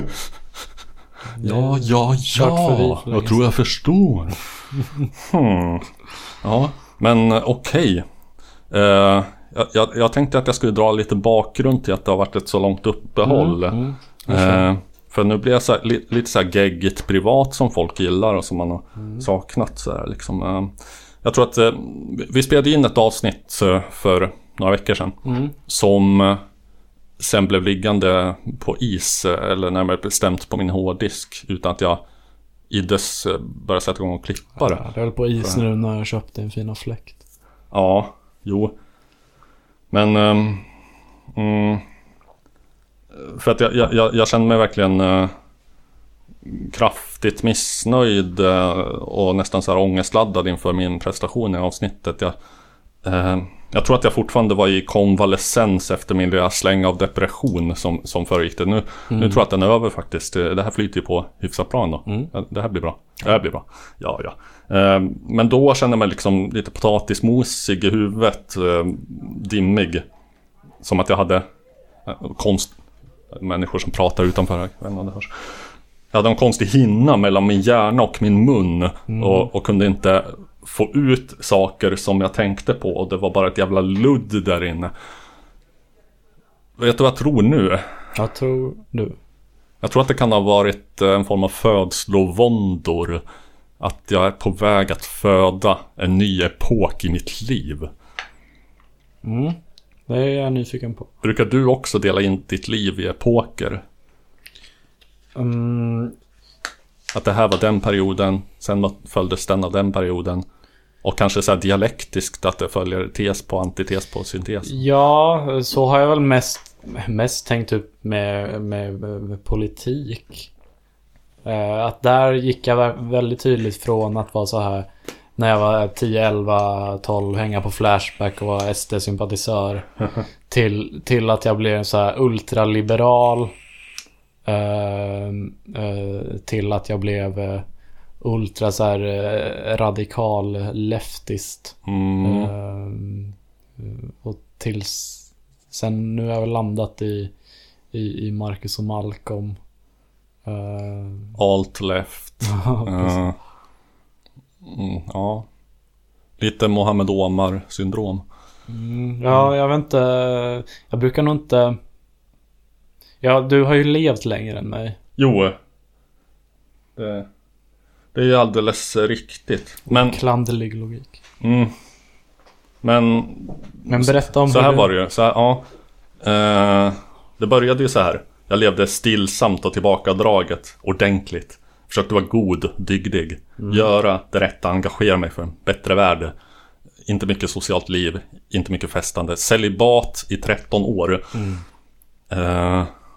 ja, ja, ja. Jag tror jag förstår. hmm. Ja, men okej. Okay. Uh, jag, jag, jag tänkte att jag skulle dra lite bakgrund till att det har varit ett så långt uppehåll. Mm, mm. Uh, för nu blir jag så här, li, lite så här geggigt privat som folk gillar och som man har mm. saknat. Så här, liksom. uh, jag tror att uh, vi spelade in ett avsnitt uh, för några veckor sedan mm. som sen blev liggande på is, eller närmare bestämt på min hårddisk, utan att jag i dess började sätta igång och klippa det. Ja, det höll på is nu när jag köpte en fina fläkt. Ja, jo. Men um, mm, för att jag, jag, jag känner mig verkligen uh, kraftigt missnöjd uh, och nästan så här ångestladdad inför min prestation i avsnittet. Jag uh, Jag tror att jag fortfarande var i konvalescens efter min lilla släng av depression som, som föregick det. Nu, mm. nu tror jag att den är över faktiskt. Det här flyter ju på hyfsat plan då. Mm. Det här blir bra. Det här blir bra. Ja, ja. Men då kände jag mig liksom lite potatismosig i huvudet. Dimmig. Som att jag hade konst... Människor som pratar utanför här. Jag vet inte om det hörs. Jag hade en konstig hinna mellan min hjärna och min mun. Mm. Och, och kunde inte... få ut saker som jag tänkte på, och det var bara ett jävla ludd där inne. Vet du vad jag tror nu? Jag tror du. Jag tror att det kan ha varit en form av födslovåndor. Att jag är på väg att föda en ny epok i mitt liv. Mm, det är jag nyfiken på. Brukar du också dela in ditt liv i epoker? Mm. Att det här var den perioden, sen följdes den av den perioden. Och kanske så här dialektiskt, att det följer tes på antites på syntes. Ja, så har jag väl mest, mest tänkt upp med, med, med politik. Eh, att där gick jag väldigt tydligt från att vara så här, när jag var tio, elva, tolv, hänga på Flashback och var S D-sympatisör. till, till att jag blev så här ultraliberal. Uh, uh, till att jag blev uh, ultra så här, uh, radikal leftist. Mm. Uh, uh, och tills sen nu har jag väl landat i i, i Marcus och Malcolm. Uh, Alt left. uh, mm, ja. Lite Mohammed Omar syndrom. Mm, ja, jag vet inte. Jag brukar nog inte. Ja, du har ju levt längre än mig. Jo. Det, det är ju alldeles riktigt. Men klanderlig logik. Mm. Men Men berätta om så här du... var det ju. Så här, ja. Eh, det började ju så här. Jag levde stillsamt och tillbakadraget ordentligt. Försökte vara god, dygdig. Mm. Göra det rätta, engagera mig för en bättre värld. Inte mycket socialt liv, inte mycket festande. Celibat i tretton år. Mm. Eh,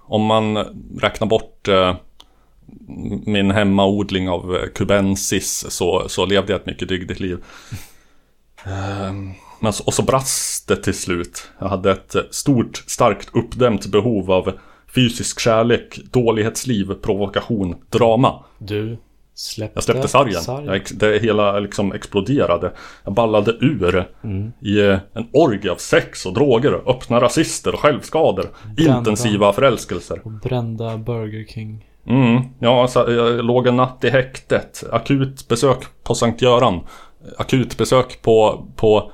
om man räknar bort eh, min hemmaodling av eh, kubensis så, så levde jag ett mycket dygdigt liv. Eh, men så, och så brast det till slut. Jag hade ett stort, starkt uppdämt behov av fysisk kärlek, dålighetsliv, provokation, drama. Du släppte, jag släppte sargen. sargen. Jag, det hela liksom exploderade. Jag ballade ur mm. i en orgie av sex och droger, öppna rasister och självskador, brända, intensiva förälskelser. Och brända Burger King. Mm, ja, alltså, jag låg en natt i häktet. Akut besök på Sankt Göran. Akut besök på, på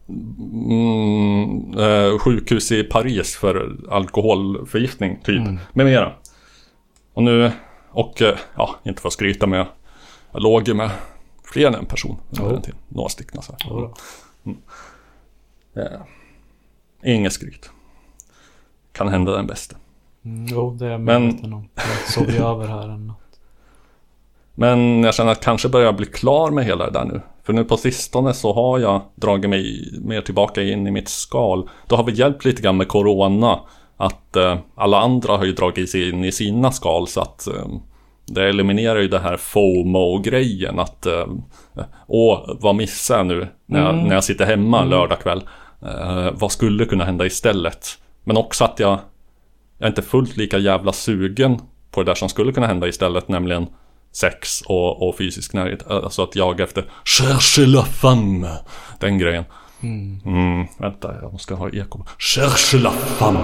mm, eh, sjukhus i Paris för alkoholförgiftning typ, mm. med mera. Och nu, och ja, inte för att skryta med, jag låg ju med fler än en person oh. till, några stycken så här. Oh. Mm. Ja. Inget skryt. Kan hända den bästa. Mm, jo, det är jag medveten om. Jag sov ju över här en natt. Men jag känner att kanske börjar jag bli klar med hela det där nu. För nu på sistone så har jag dragit mig mer tillbaka in i mitt skal. Då har vi hjälpt lite grann med corona. Att eh, alla andra har ju dragit sig in i sina skal. Så att eh, det eliminerar ju det här FOMO-grejen. Att eh, åh, vad missar jag nu när jag, mm. när jag sitter hemma mm. lördag kväll. Eh, vad skulle kunna hända istället? Men också att jag, jag är inte fullt lika jävla sugen på det där som skulle kunna hända istället. Nämligen sex och, och fysisk närhet. Alltså att jag efter cherche la femme, den grejen. Mm. Mm, vänta, jag måste ha eko. Cherche la femme.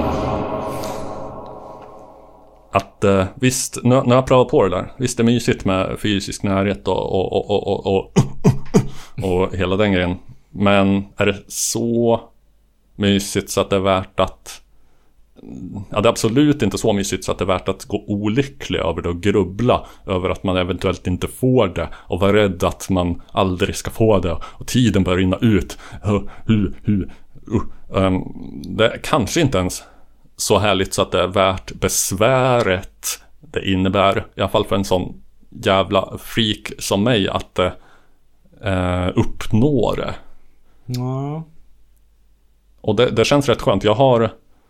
Att eh, visst, nu, nu har jag prövat på det där. Visst, det är mysigt med fysisk närhet och, och, och, och, och, och, och hela den grejen. Men är det så mysigt så att det är värt att... Ja, det är absolut inte så mysigt så att det är värt att gå olycklig över det och grubbla över att man eventuellt inte får det och vara rädd att man aldrig ska få det och tiden börjar rinna ut. Hu, hu, hu, uh. um, det är kanske inte ens så härligt så att det är värt besväret det innebär, i alla fall för en sån jävla freak som mig, att uh, uppnå det. Mm. Och det, det känns rätt skönt. Jag har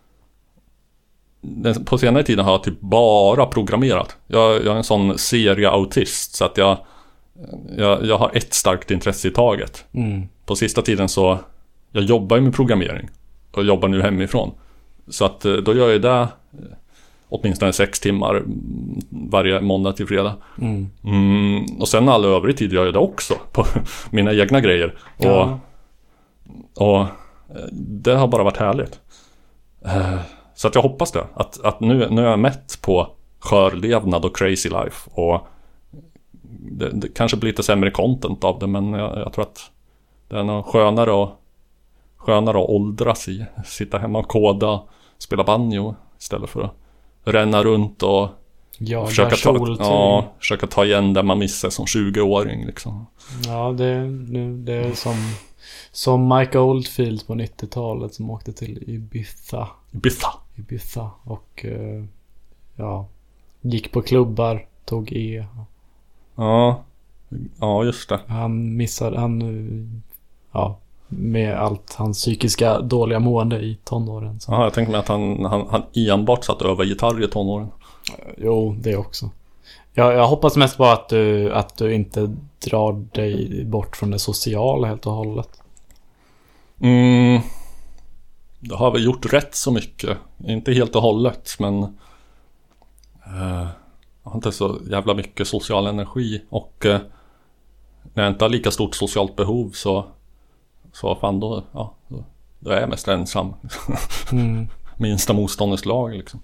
på senare tiden har jag typ bara programmerat. Jag, jag är en sån serieautist så att jag, jag, jag har ett starkt intresse i taget. Mm. På sista tiden så jag jobbar med programmering och jobbar nu hemifrån. Så att då gör jag det åtminstone sex timmar varje måndag till fredag. Mm. Mm, och sen all övrig tid gör jag det också på mina egna grejer. Och, ja. och det har bara varit härligt. Så att jag hoppas det. Att, att nu, nu är jag mätt på skörlevnad och crazy life. Och det, det kanske blir lite sämre content av det. Men jag, jag tror att det är något skönare, och, skönare att åldras i. Sitta hemma och koda, spela banjo istället för att ränna runt och ja, försöka, ta, ja, försöka ta igen det man missar som tjugo-åring. Liksom. Ja, det, nu, det är som... Som Mike Oldfield på nittiotalet som åkte till Ibiza. Ibiza. Ibiza. Och uh, ja, gick på klubbar, tog E. Ja, ja just det. Han missade, han, ja, med allt hans psykiska dåliga mående i tonåren. Ja, jag tänkte mig att han, han, han enbart satt över gitarr i tonåren. Jo, det också. Jag, jag hoppas mest bara att du, att du inte drar dig bort från det sociala helt och hållet. Mm, det har väl gjort rätt så mycket. Inte helt och hållet, men eh, jag har inte så jävla mycket social energi. Och eh, när jag inte har lika stort socialt behov så, så fan då, ja, då, då är jag mest ensam. Mm. Minsta motståndets lag liksom.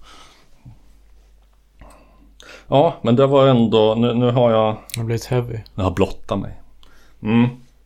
Ja, men det var ändå, nu, nu har jag... Det har blivit heavy. Jag har blottat mig. Mm.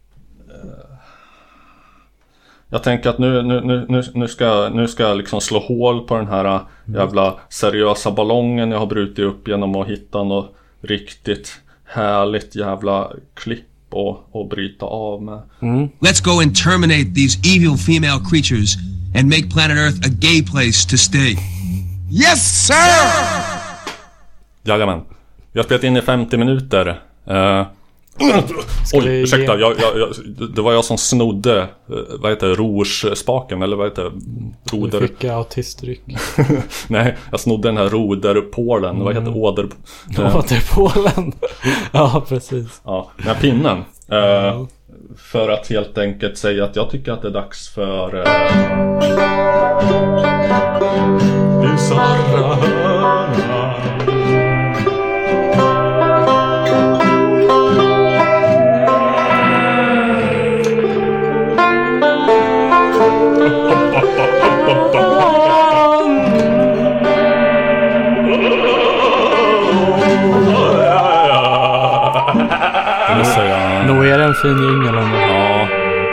Jag tänker att nu, nu, nu, nu, ska, nu ska jag liksom slå hål på den här jävla seriösa ballongen jag har brutit upp genom att hitta något riktigt härligt jävla klipp och, och bryta av med. Mm. Let's go and terminate these evil female creatures and make planet Earth a gay place to stay. Yes, sir! Jajamän. Vi har spelat in i femtio minuter. Uh, Oj, ursäkta, ge... jag, jag, jag, det var jag som snodde, vad heter det, rouge-spaken, eller vad heter det? Roder... Du fick autistryck. Nej, jag snodde den här roderpålen, mm. vad heter det? Åder... Åderpålen. Ja, precis. Ja, den här pinnen. Mm. Uh, för att helt enkelt säga att jag tycker att det är dags för... Uh... Bizarra hörna. Nå är det en fin jingel. Ja.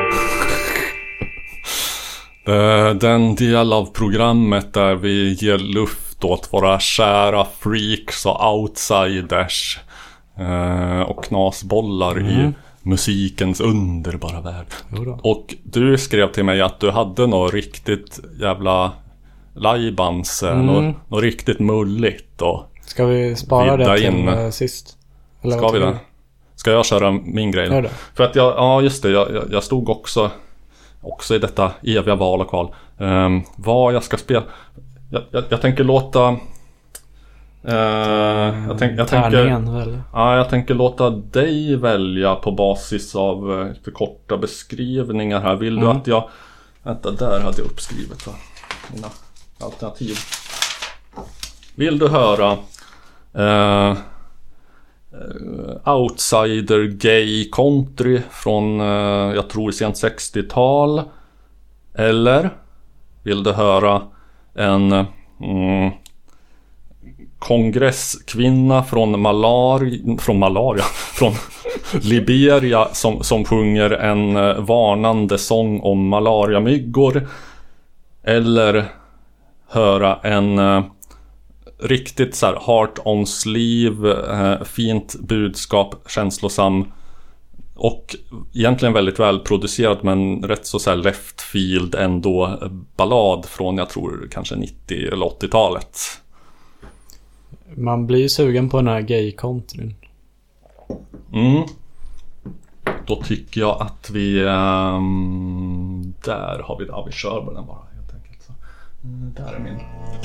Den del av programmet där vi ger luft åt våra kära freaks och outsiders och knasbollar mm. i musikens underbara värld. Och du skrev till mig att du hade något riktigt jävla lajbans, mm. något, något riktigt mulligt. Och ska vi spara det till in. sist? Eller ska vi det? Ska jag köra min grej då? För att jag, ja just det, jag, jag stod också också i detta eviga val och kval. Um, vad jag ska spela. Jag, jag, jag tänker låta uh, jag, tänk, jag tänker ja, jag tänker låta dig välja på basis av uh, korta beskrivningar här. Vill mm. du att jag vänta, där hade jag uppskrivet va? Mina alternativ. Vill du höra uh, outsider gay country från uh, jag tror sent sextiotal, eller vill du höra en mm, kongresskvinna från malaria från malaria från Liberia som, som sjunger en uh, varnande sång om malariamyggor, eller höra en uh, riktigt så här heart on sleeve, eh, fint budskap, känslosam och egentligen väldigt väl producerad, men rätt så, så här left field ändå ballad från jag tror kanske nittio eller åttiotalet. Man blir ju sugen på den här gay countryn. Mm. Då tycker jag att vi um, där har vi ja, vi kör på den bara helt enkelt så. Mm, där är min.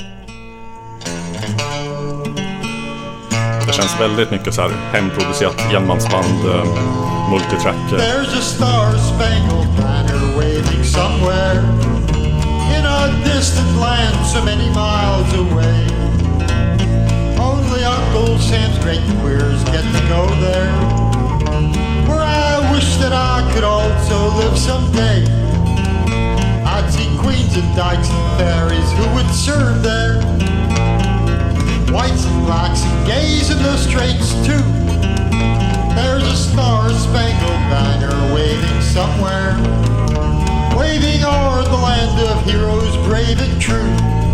Det känns väldigt mycket så här hemproducerat enmansband, uh, multitrack. There's a star-spangled banner waving somewhere in a distant land so many miles away. Only Uncle Sam's great queers get to go there, where I wish that I could also live someday. I'd see queens and dykes and fairies who would serve there, whites and blacks and gays and the straights too. There's a star-spangled banner waving somewhere, waving o'er the land of heroes brave and true.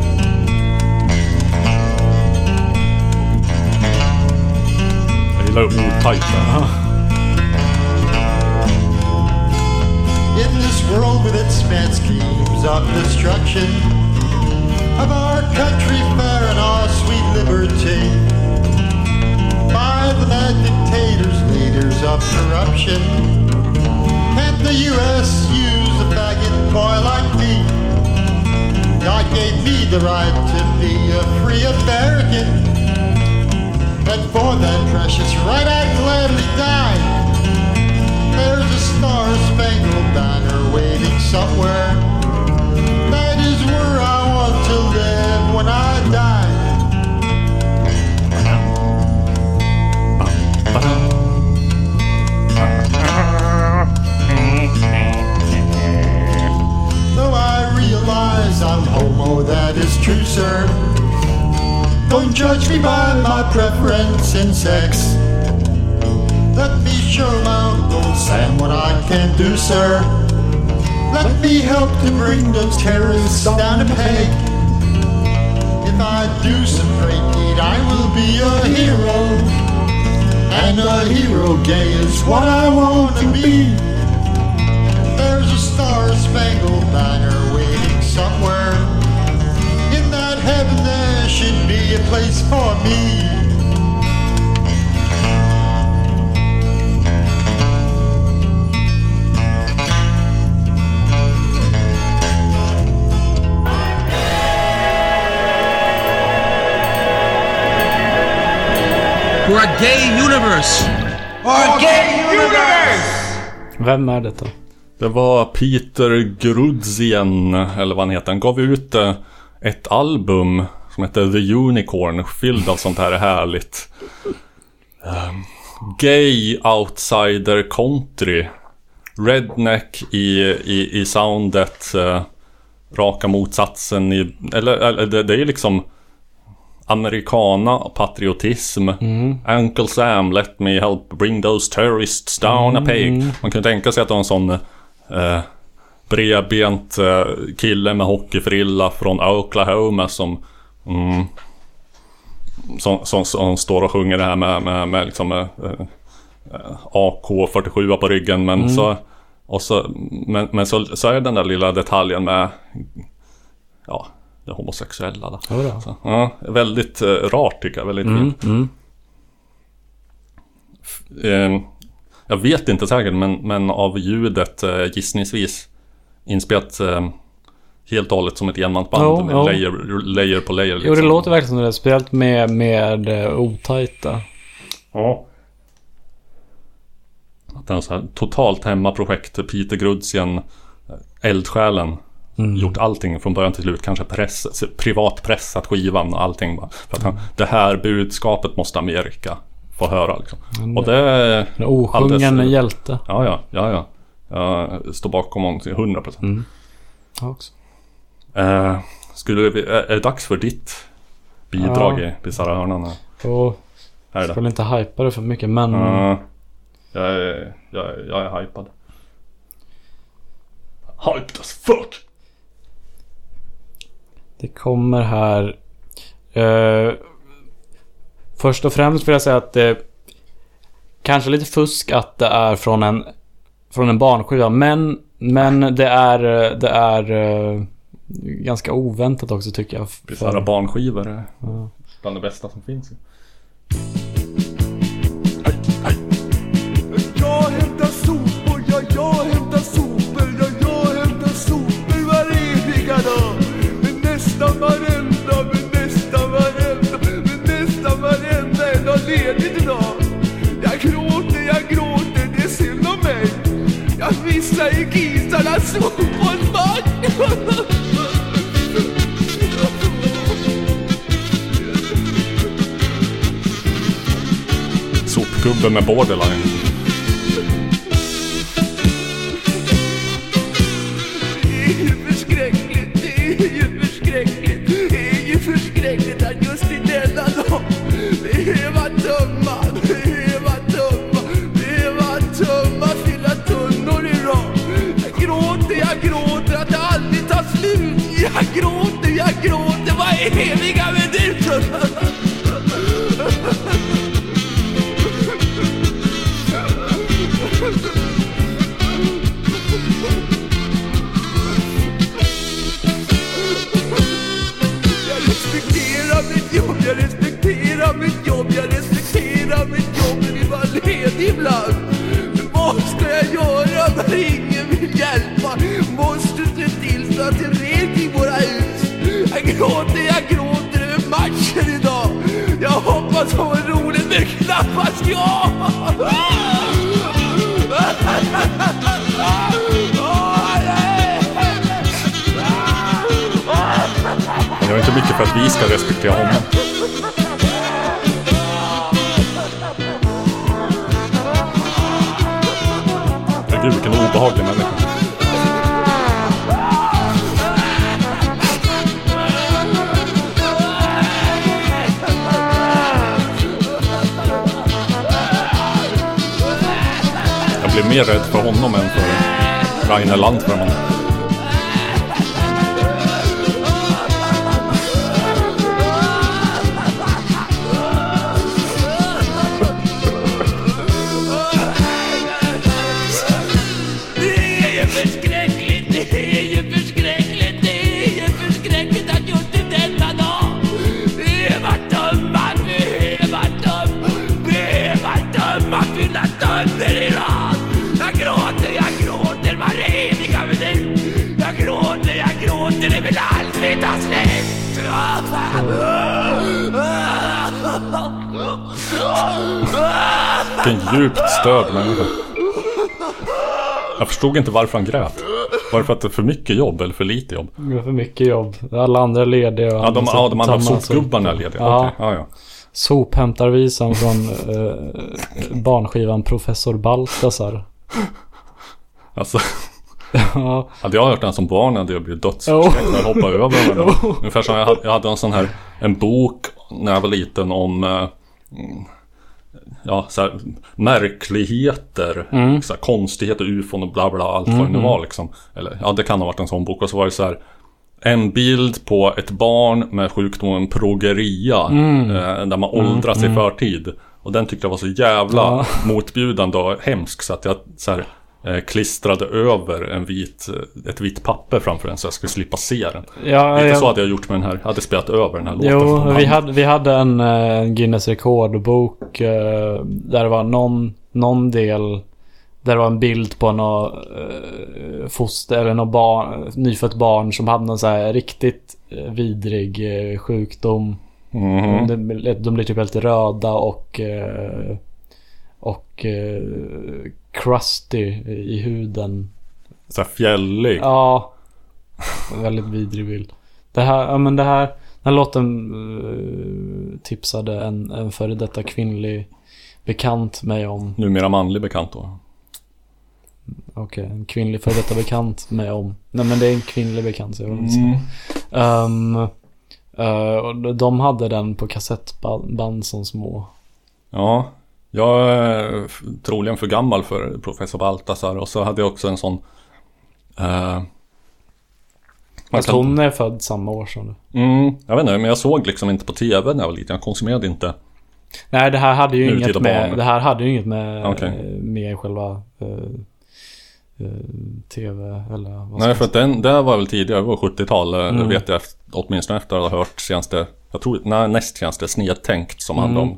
Jag gillar otajta. In this world with its mad schemes of destruction of our country fair and our sweet liberty, by the mad dictators, leaders of corruption, can't the U S use a faggot boy like me? God gave me the right to be a free American, and for that precious right I'd gladly die. There's a star-spangled banner waving somewhere, that is where I want to live when I die. Though I realize I'm homo, that is true, sir. Don't judge me by my preference in sex. Let me show my Uncle Sam what I can do, sir. Let me help to bring those terrorists down a peg. If I do some great deed, I will be a hero, and a hero gay is what I want to be. There's a star-spangled banner waiting somewhere. In that heaven there should be a place for me. for a gay universe. For a gay universe! Vem är detta? Det var Peter Grudzien, eller vad han heter. Han gav ut ett album som heter The Unicorn, fylld av sånt här härligt um, gay outsider country. Redneck i, i, i soundet, uh, raka motsatsen i, eller, eller det, det är liksom americana patriotism. mm. Uncle Sam, let me help bring those terrorists down mm. a peg. Man kan tänka sig att det var en sån uh, bredbent uh, kille med hockeyfrilla från Oklahoma som mm, som, som, som står och sjunger det här med, med, med liksom uh, A K fyrtiosju på ryggen, men mm. så och så men, men så, så är den där lilla detaljen med ja, det homosexuella då. Ja, så, ja, väldigt uh, rart tycker jag, väldigt mm. mm. F- eh, jag vet inte säkert, men, men av ljudet uh, gissningsvis inspelat uh, helt och hållet som ett enmansband oh, med oh. layer, layer på layer liksom. Jo, det låter verkligen som det är spelat med, med uh, otajta. Ja. Att det är så här totalt hemmaprojekt. Peter Grudzien, eldsjälen, mm. gjort allting från början till slut. Kanske press, privat pressat skivan och allting. För att han, det här budskapet måste Amerika få höra liksom. Mm. Och det är en osjungen hjälte. Ja, ja, ja, ja. Jag står bakom honom till hundra procent. Mm. Ja, också. Eh, skulle vi, är det dags för ditt bidrag ja. i Bizarra hörnan? Och jag skulle inte hypa det för mycket, men ja. Jag är, jag, är, jag är hypad. Hyped as fuck. Det kommer här uh, först och främst vill jag säga att det kanske lite fusk att det är från en från en barnskiva, men men det är det är uh, ganska oväntat också tycker jag. Bizarra barnskivor är ja. bland det bästa som finns. Jag hämtar sopor, ja, jag hämtar sopor, ja, jag hämtar sopor var eviga dag. Men nästan varenda, men nästan varenda, men nästan varenda en har ledigt idag. Jag gråter, jag gråter, det är synd om mig. Jag missar i kisarnas sopåsbank. Sopgubben med borderline. Jag gråter, jag gråter, vad är eviga med det? Jag respekterar mitt jobb, jag respekterar mitt jobb, jag respekterar mitt jobb, men det var ledig ibland. Men vad ska jag göra när ingen vill hjälpa? Måste se till så att det rent i våra hus. Jag gråter, jag gråter över matchen idag. Jag hoppas det var roligt, men knappast jag. Jag är inte mycket för att vi ska respektera honom. Gud, vilken obehaglig människa. Jag blir mer rädd för honom än för Rainer Landström. Jag gråter, jag gråter, vad är det? Vilken djupt störd människa. Jag förstod inte varför han grät. Var det för att det är för mycket jobb eller för lite jobb? Det är för mycket jobb. Alla andra är lediga. Ja, de, ja, de andra sopgubbarna är lediga. Ja. Okay. Ja, ja. Sophämtarvisan från eh, barnskivan Professor Baltasar. Alltså... Ja. Hade jag hört den som barn hade jag blivit dödsförskräckt när jag hoppade över den. Oh. Ungefär som jag hade, jag hade en sån här en bok när jag var liten om eh, ja, så här, märkligheter, mm. så här, konstigheter, ufon och bla bla, allt mm. vad det nu var liksom. Eller, ja, det kan ha varit en sån bok. Och så var det så här en bild på ett barn med sjukdomen progeria, mm. eh, där man åldras mm. i förtid. Och den tyckte jag var så jävla ja. motbjudande och hemsk så att jag så här, eh, klistrade över en vit, ett vitt papper framför den så jag skulle slippa se den. Ja, Lite ja. så hade jag gjort med den här. Jag hade spelat över den här låten. Jo, vi hade, vi hade en, en Guinness rekordbok eh, där det var någon, någon del där det var en bild på någon eh, foster eller någon barn, nyfött barn som hade någon så här riktigt eh, vidrig eh, sjukdom. Mm. De, de blir typ helt röda och eh, och eh, crusty i huden. Så här fjällig. Ja. Väldigt vidrig bild. Det här, ja men det här, den här låten uh, tipsade en, en före detta kvinnlig bekant mig om. Numera manlig bekant då. Okej, okay, en kvinnlig före detta bekant mig om. Nej men det är en kvinnlig bekant så jag vill inte säga. Um, uh, och de hade den på kassettband som små. Ja. Jag är troligen för gammal för Professor Baltasar. Och så hade jag också en sån uh, Fast kan... hon är född samma år som du. Mm, jag vet inte, men jag såg liksom inte på tv när jag var liten. Jag konsumerade inte. Nej, det här hade ju inget med, det här hade ju inget med, okay. med själva uh, uh, tv eller vad. Nej, för att den, det var väl tidigare, det var sjuttiotal. Mm. Det vet jag åtminstone efter att ha hört senaste, jag tror, nej, näst senaste Snedtänkt som handlar mm. om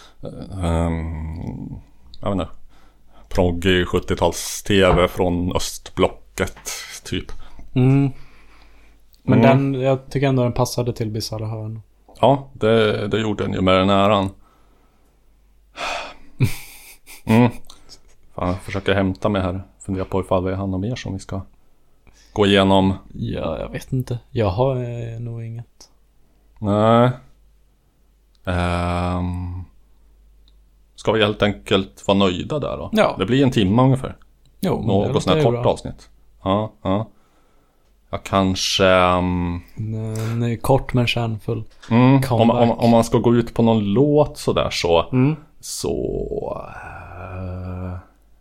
Um, jag vet inte, proggy sjuttio-tals tv från östblocket typ. Mm. Men mm. den, jag tycker ändå den passade till Bizarra Hörn. Ja, det, det gjorde den ju med den äran. Mm. Fan, jag försöker hämta mig här. Fundera på ifall vi har något mer som vi ska gå igenom. Ja, jag vet inte. Jag har eh, nog inget. Nej. Ehm um. Ska vi helt enkelt vara nöjda där då? Ja. Det blir en timme ungefär. Jo, något sånt här kort bra. avsnitt. Ja, ja. Jag kanske... Um... Nej, kort men kärnfull. Mm, om, om, om man ska gå ut på någon låt sådär så... Mm. Så... Uh,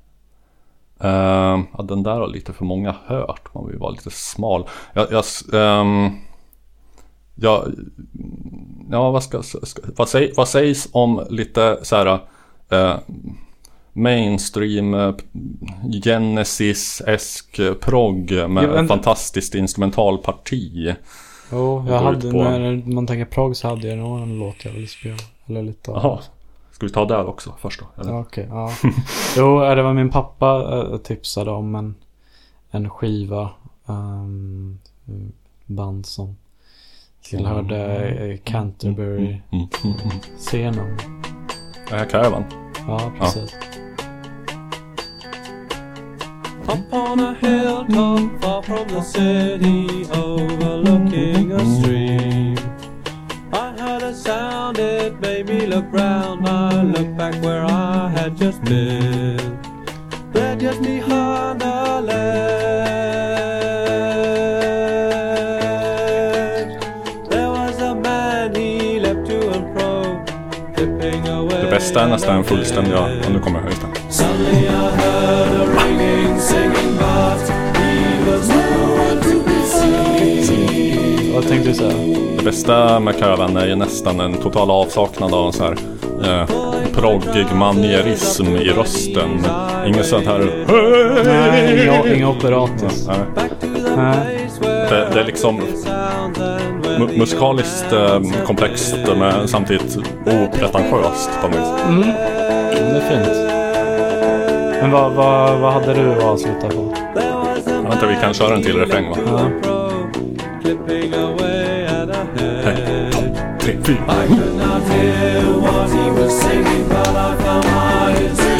uh, ja, den där har lite för många hört. Man vill vara lite smal. Jag... jag um, ja, ja, vad ska... ska vad, säg, vad sägs om lite så här... Uh, mainstream uh, Genesis-esk prog med jo, en fantastiskt instrumentalparti. Jo, jag hade, när man tänker prog så hade jag nog en låt jag ville spela. Eller lite. Jaha, ska vi ta där också först då? Ja, okej, okay, ja. Jo, det var min pappa uh, tipsade om en, en skiva um, band som tillhörde uh, Canterbury-scenen. Det här Caravan. Ja, precis. Ja. Upon a hilltop far from the city, overlooking a stream, I heard a sound, it made me look round. I looked back where I had just been. There just behind the ledge, there was a man, he leapt to and fro, flipping away. Det bästa är nästan en fullständig, ja, om du kommer ihåg det. Suddenly I heard a ringing, singing, but he was nowhere to be seen. Vad tänkte du säga? Det bästa med Caravan är ju nästan en total avsaknad av en så här eh, proggig manierism i rösten. Inget sånt här... Nej, inga, inga operatis. Nej. Nej. Det, det är liksom mu- musikaliskt eh, komplext men samtidigt opretentiöst på något vis. Mm. Det är fint. Men vad, vad, vad hade du att avsluta på? Jag vet inte, vi kan köra en till refräng va? Ja. Ett, två, tre, fyra. I could not hear what he was singing, but I found my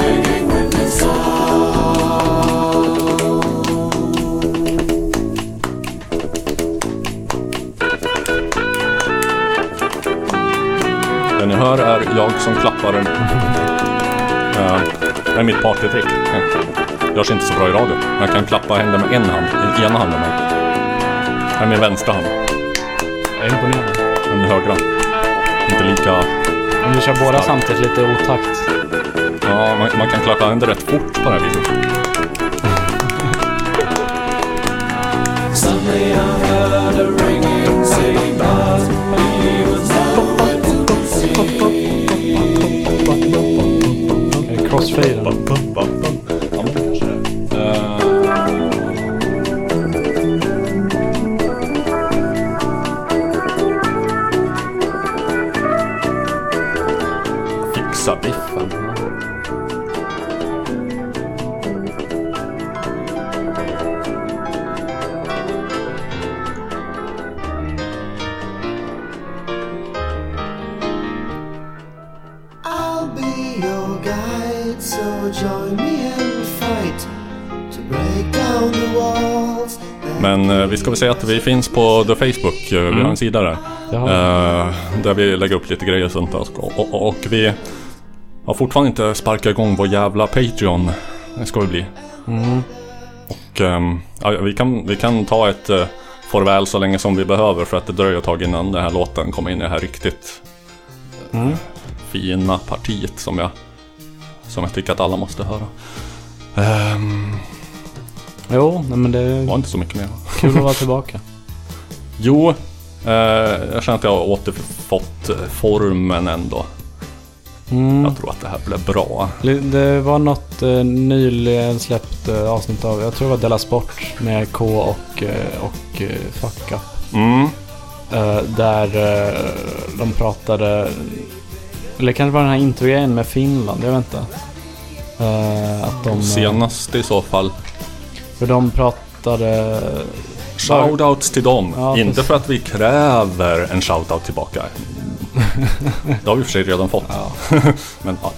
som klappar den. Uh, det är mitt partytrick. Jag görs inte så bra i radio. Jag kan klappa händer med en hand, i ena handen. Det är min vänstra hand. Jag är imponerad. Den högra. Inte lika... Om du kör båda stark. Samtidigt lite otakt. Ja, man, man kan klappa händer rätt fort på det här viset. Suddenly I heard a ringing, saying God, he was nowhere to see. Okay, crossfade. Fixa biffen. Men eh, vi ska väl säga att vi finns på The Facebook. Mm. Vi har en sida där. Eh, där vi lägger upp lite grejer och sånt. Och, och, och vi har fortfarande inte sparkat igång vår jävla Patreon. Det ska vi bli. Mm. Och eh, ja, vi, kan, vi kan ta ett eh, farväl så länge som vi behöver. För att det dröjer ett tag innan den här låten kommer in i det här riktigt eh, mm. fina partiet som jag, som jag tycker att alla måste höra. Ehm... Jo, nej, men det var inte så mycket mer. Kul att vara tillbaka. Jo, eh, jag känner att jag har återfått formen ändå. Mm. Jag tror att det här blir bra. Det var något eh, nyligen släppt eh, avsnitt av, jag tror det var Della Sport med K och, eh, och eh, Fuck Up. Mm. Eh, där eh, de pratade, eller kanske var den här introgrejen med Finland, jag vet inte. Eh, att de, Senast i så fall. För de pratade... Shoutouts till dem. Ja, inte precis. för att vi kräver en shoutout tillbaka. Det har vi för sig redan fått. Ja. Men, ja.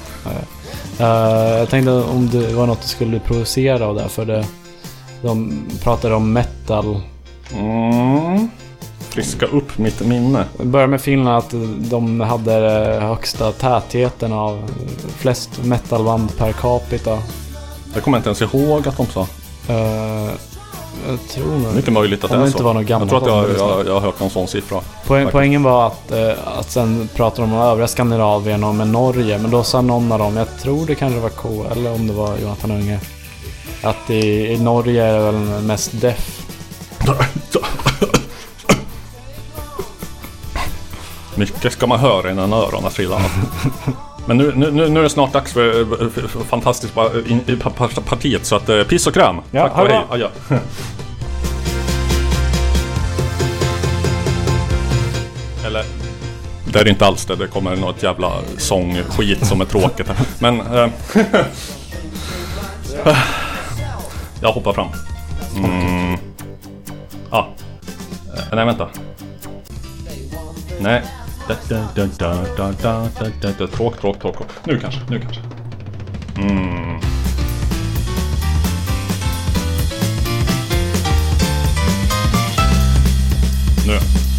uh, jag tänkte om det var något du skulle provocera av det. För det, de pratade om metal. Mm. Friska upp mitt minne. Börjar med Finland att de hade högsta tätheten av flest metalband per capita. Jag kommer inte ens ihåg att de sa. Uh, jag tror nog. Mycket möjligt att det är inte så. Var något jag tror att jag, jag, jag har hört någon sån siffra. Poäng, poängen var att, uh, att sen pratade de om övriga Skandinavien och med Norge. Men då sa någon av dem, jag tror det kanske var K eller om det var Jonathan Unge, att i, i Norge är det väl mest deaf. Mycket ska man höra innan öronen trillar. Men nu, nu, nu är det snart dags för, för, för fantastiskt in, i partiet. Så att eh, piss och kram. Ja, tack och hej. Adjö. Eller det är det inte alls det. Det kommer något jävla sångskit som är tråkigt här. Men eh, jag hoppar fram. Mm. Ah. Nej, vänta. Nej. Da, da, da, da, da, da, da, da. Tråk, tråk, tråk. Nu kanske, nu kanske. Mm. Nu.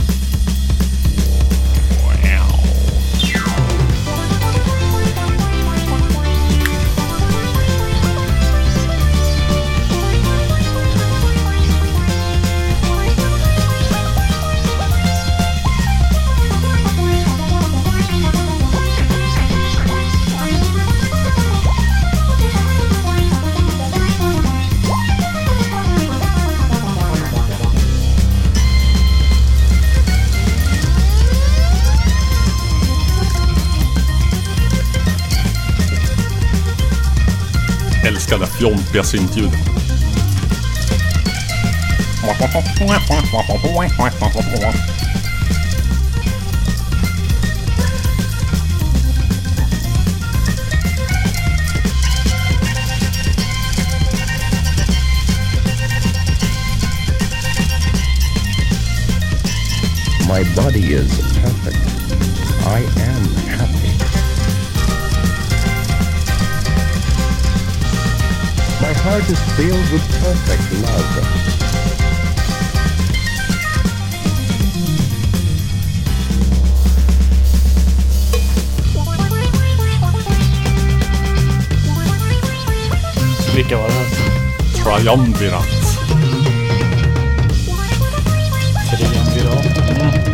Älskar det fjompiga syntljudet. My body is perfect. I am happy. My heart is filled with perfect love. Vilka var det här? Triumvirat. Triumvirat.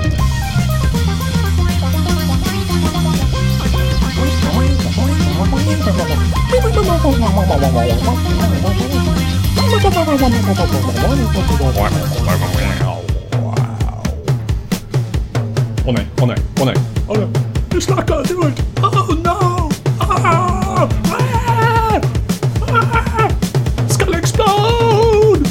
Åh nej, åh nej, åh nej. Åh nej. Du snackar du ut. Oh no. Ah! Ah! Ah! Skull explode.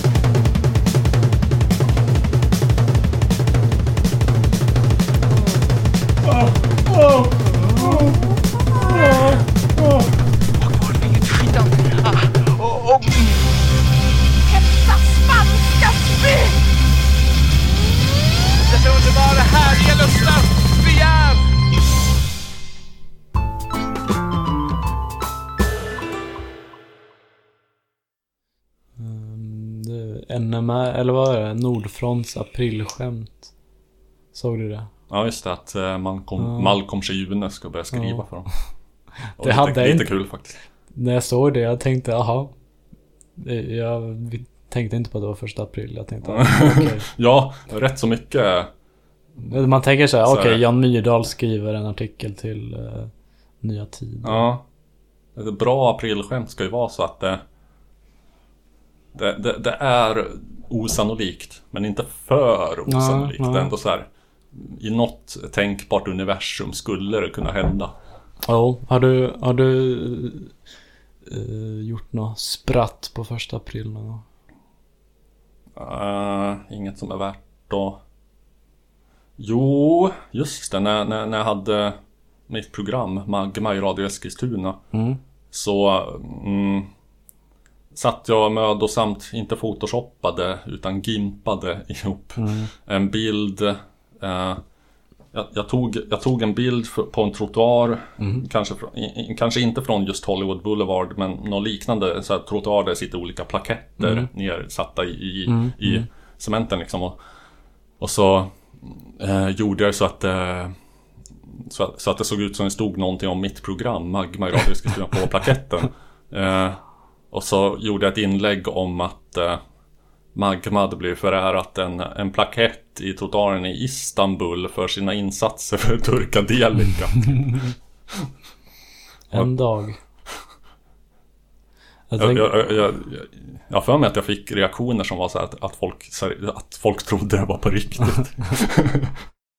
Oh, oh, oh, oh, oh. Och hetta spanska spel. Dessa underbara härliga lustar begär. Um, det, N M R, eller vad är det? Nordfronts aprilskämt. Såg du det? Ja, just det, att uh, Malcolm, ja. Malcolm Schjune ska börja skriva ja. för dem. Och det lite, hade lite inte, kul faktiskt. När jag såg det, jag tänkte, aha. Jag tänkte inte på att det var första april. Jag tänkte, okay. Ja, rätt så mycket. Man tänker så här, så okej, okay, här. Jan Myrdal skriver en artikel till uh, Nya Tid. Ja. Ett bra aprilskämt ska ju vara så att det, det, det, det är osannolikt, men inte för osannolikt. Ja, ja. Det är ändå så här, i något tänkbart universum skulle det kunna hända. Ja, oh, har du har du uh, gjort något spratt på första april någon gång? Uh, inget som är värt att... Jo, just det, när, när, när jag hade mitt program Magma i Radio Eskilstuna mm. så mm, satt jag mödosamt, inte photoshoppade utan gimpade ihop mm. en bild. uh, jag, jag, tog, jag tog en bild för, på en trottoar, mm. kanske, i, kanske inte från just Hollywood Boulevard, men något liknande, så här, trottoar där sitter olika plaketter mm. nersatta i, i, mm. i mm. cementen liksom, och, och så eh, gjorde jag så att eh, så, så att det såg ut som det stod någonting om mitt program Magma i Radio Eskilstuna på plaketten. eh, och så gjorde jag ett inlägg om att eh, Magma hade blivit förärat en, en plakett i trottoaren i Istanbul för sina insatser för Turkadelika. En dag. Jag, tänk... jag, jag, jag, jag för mig att jag fick reaktioner som var så här att, att, folk, att folk trodde det var på riktigt.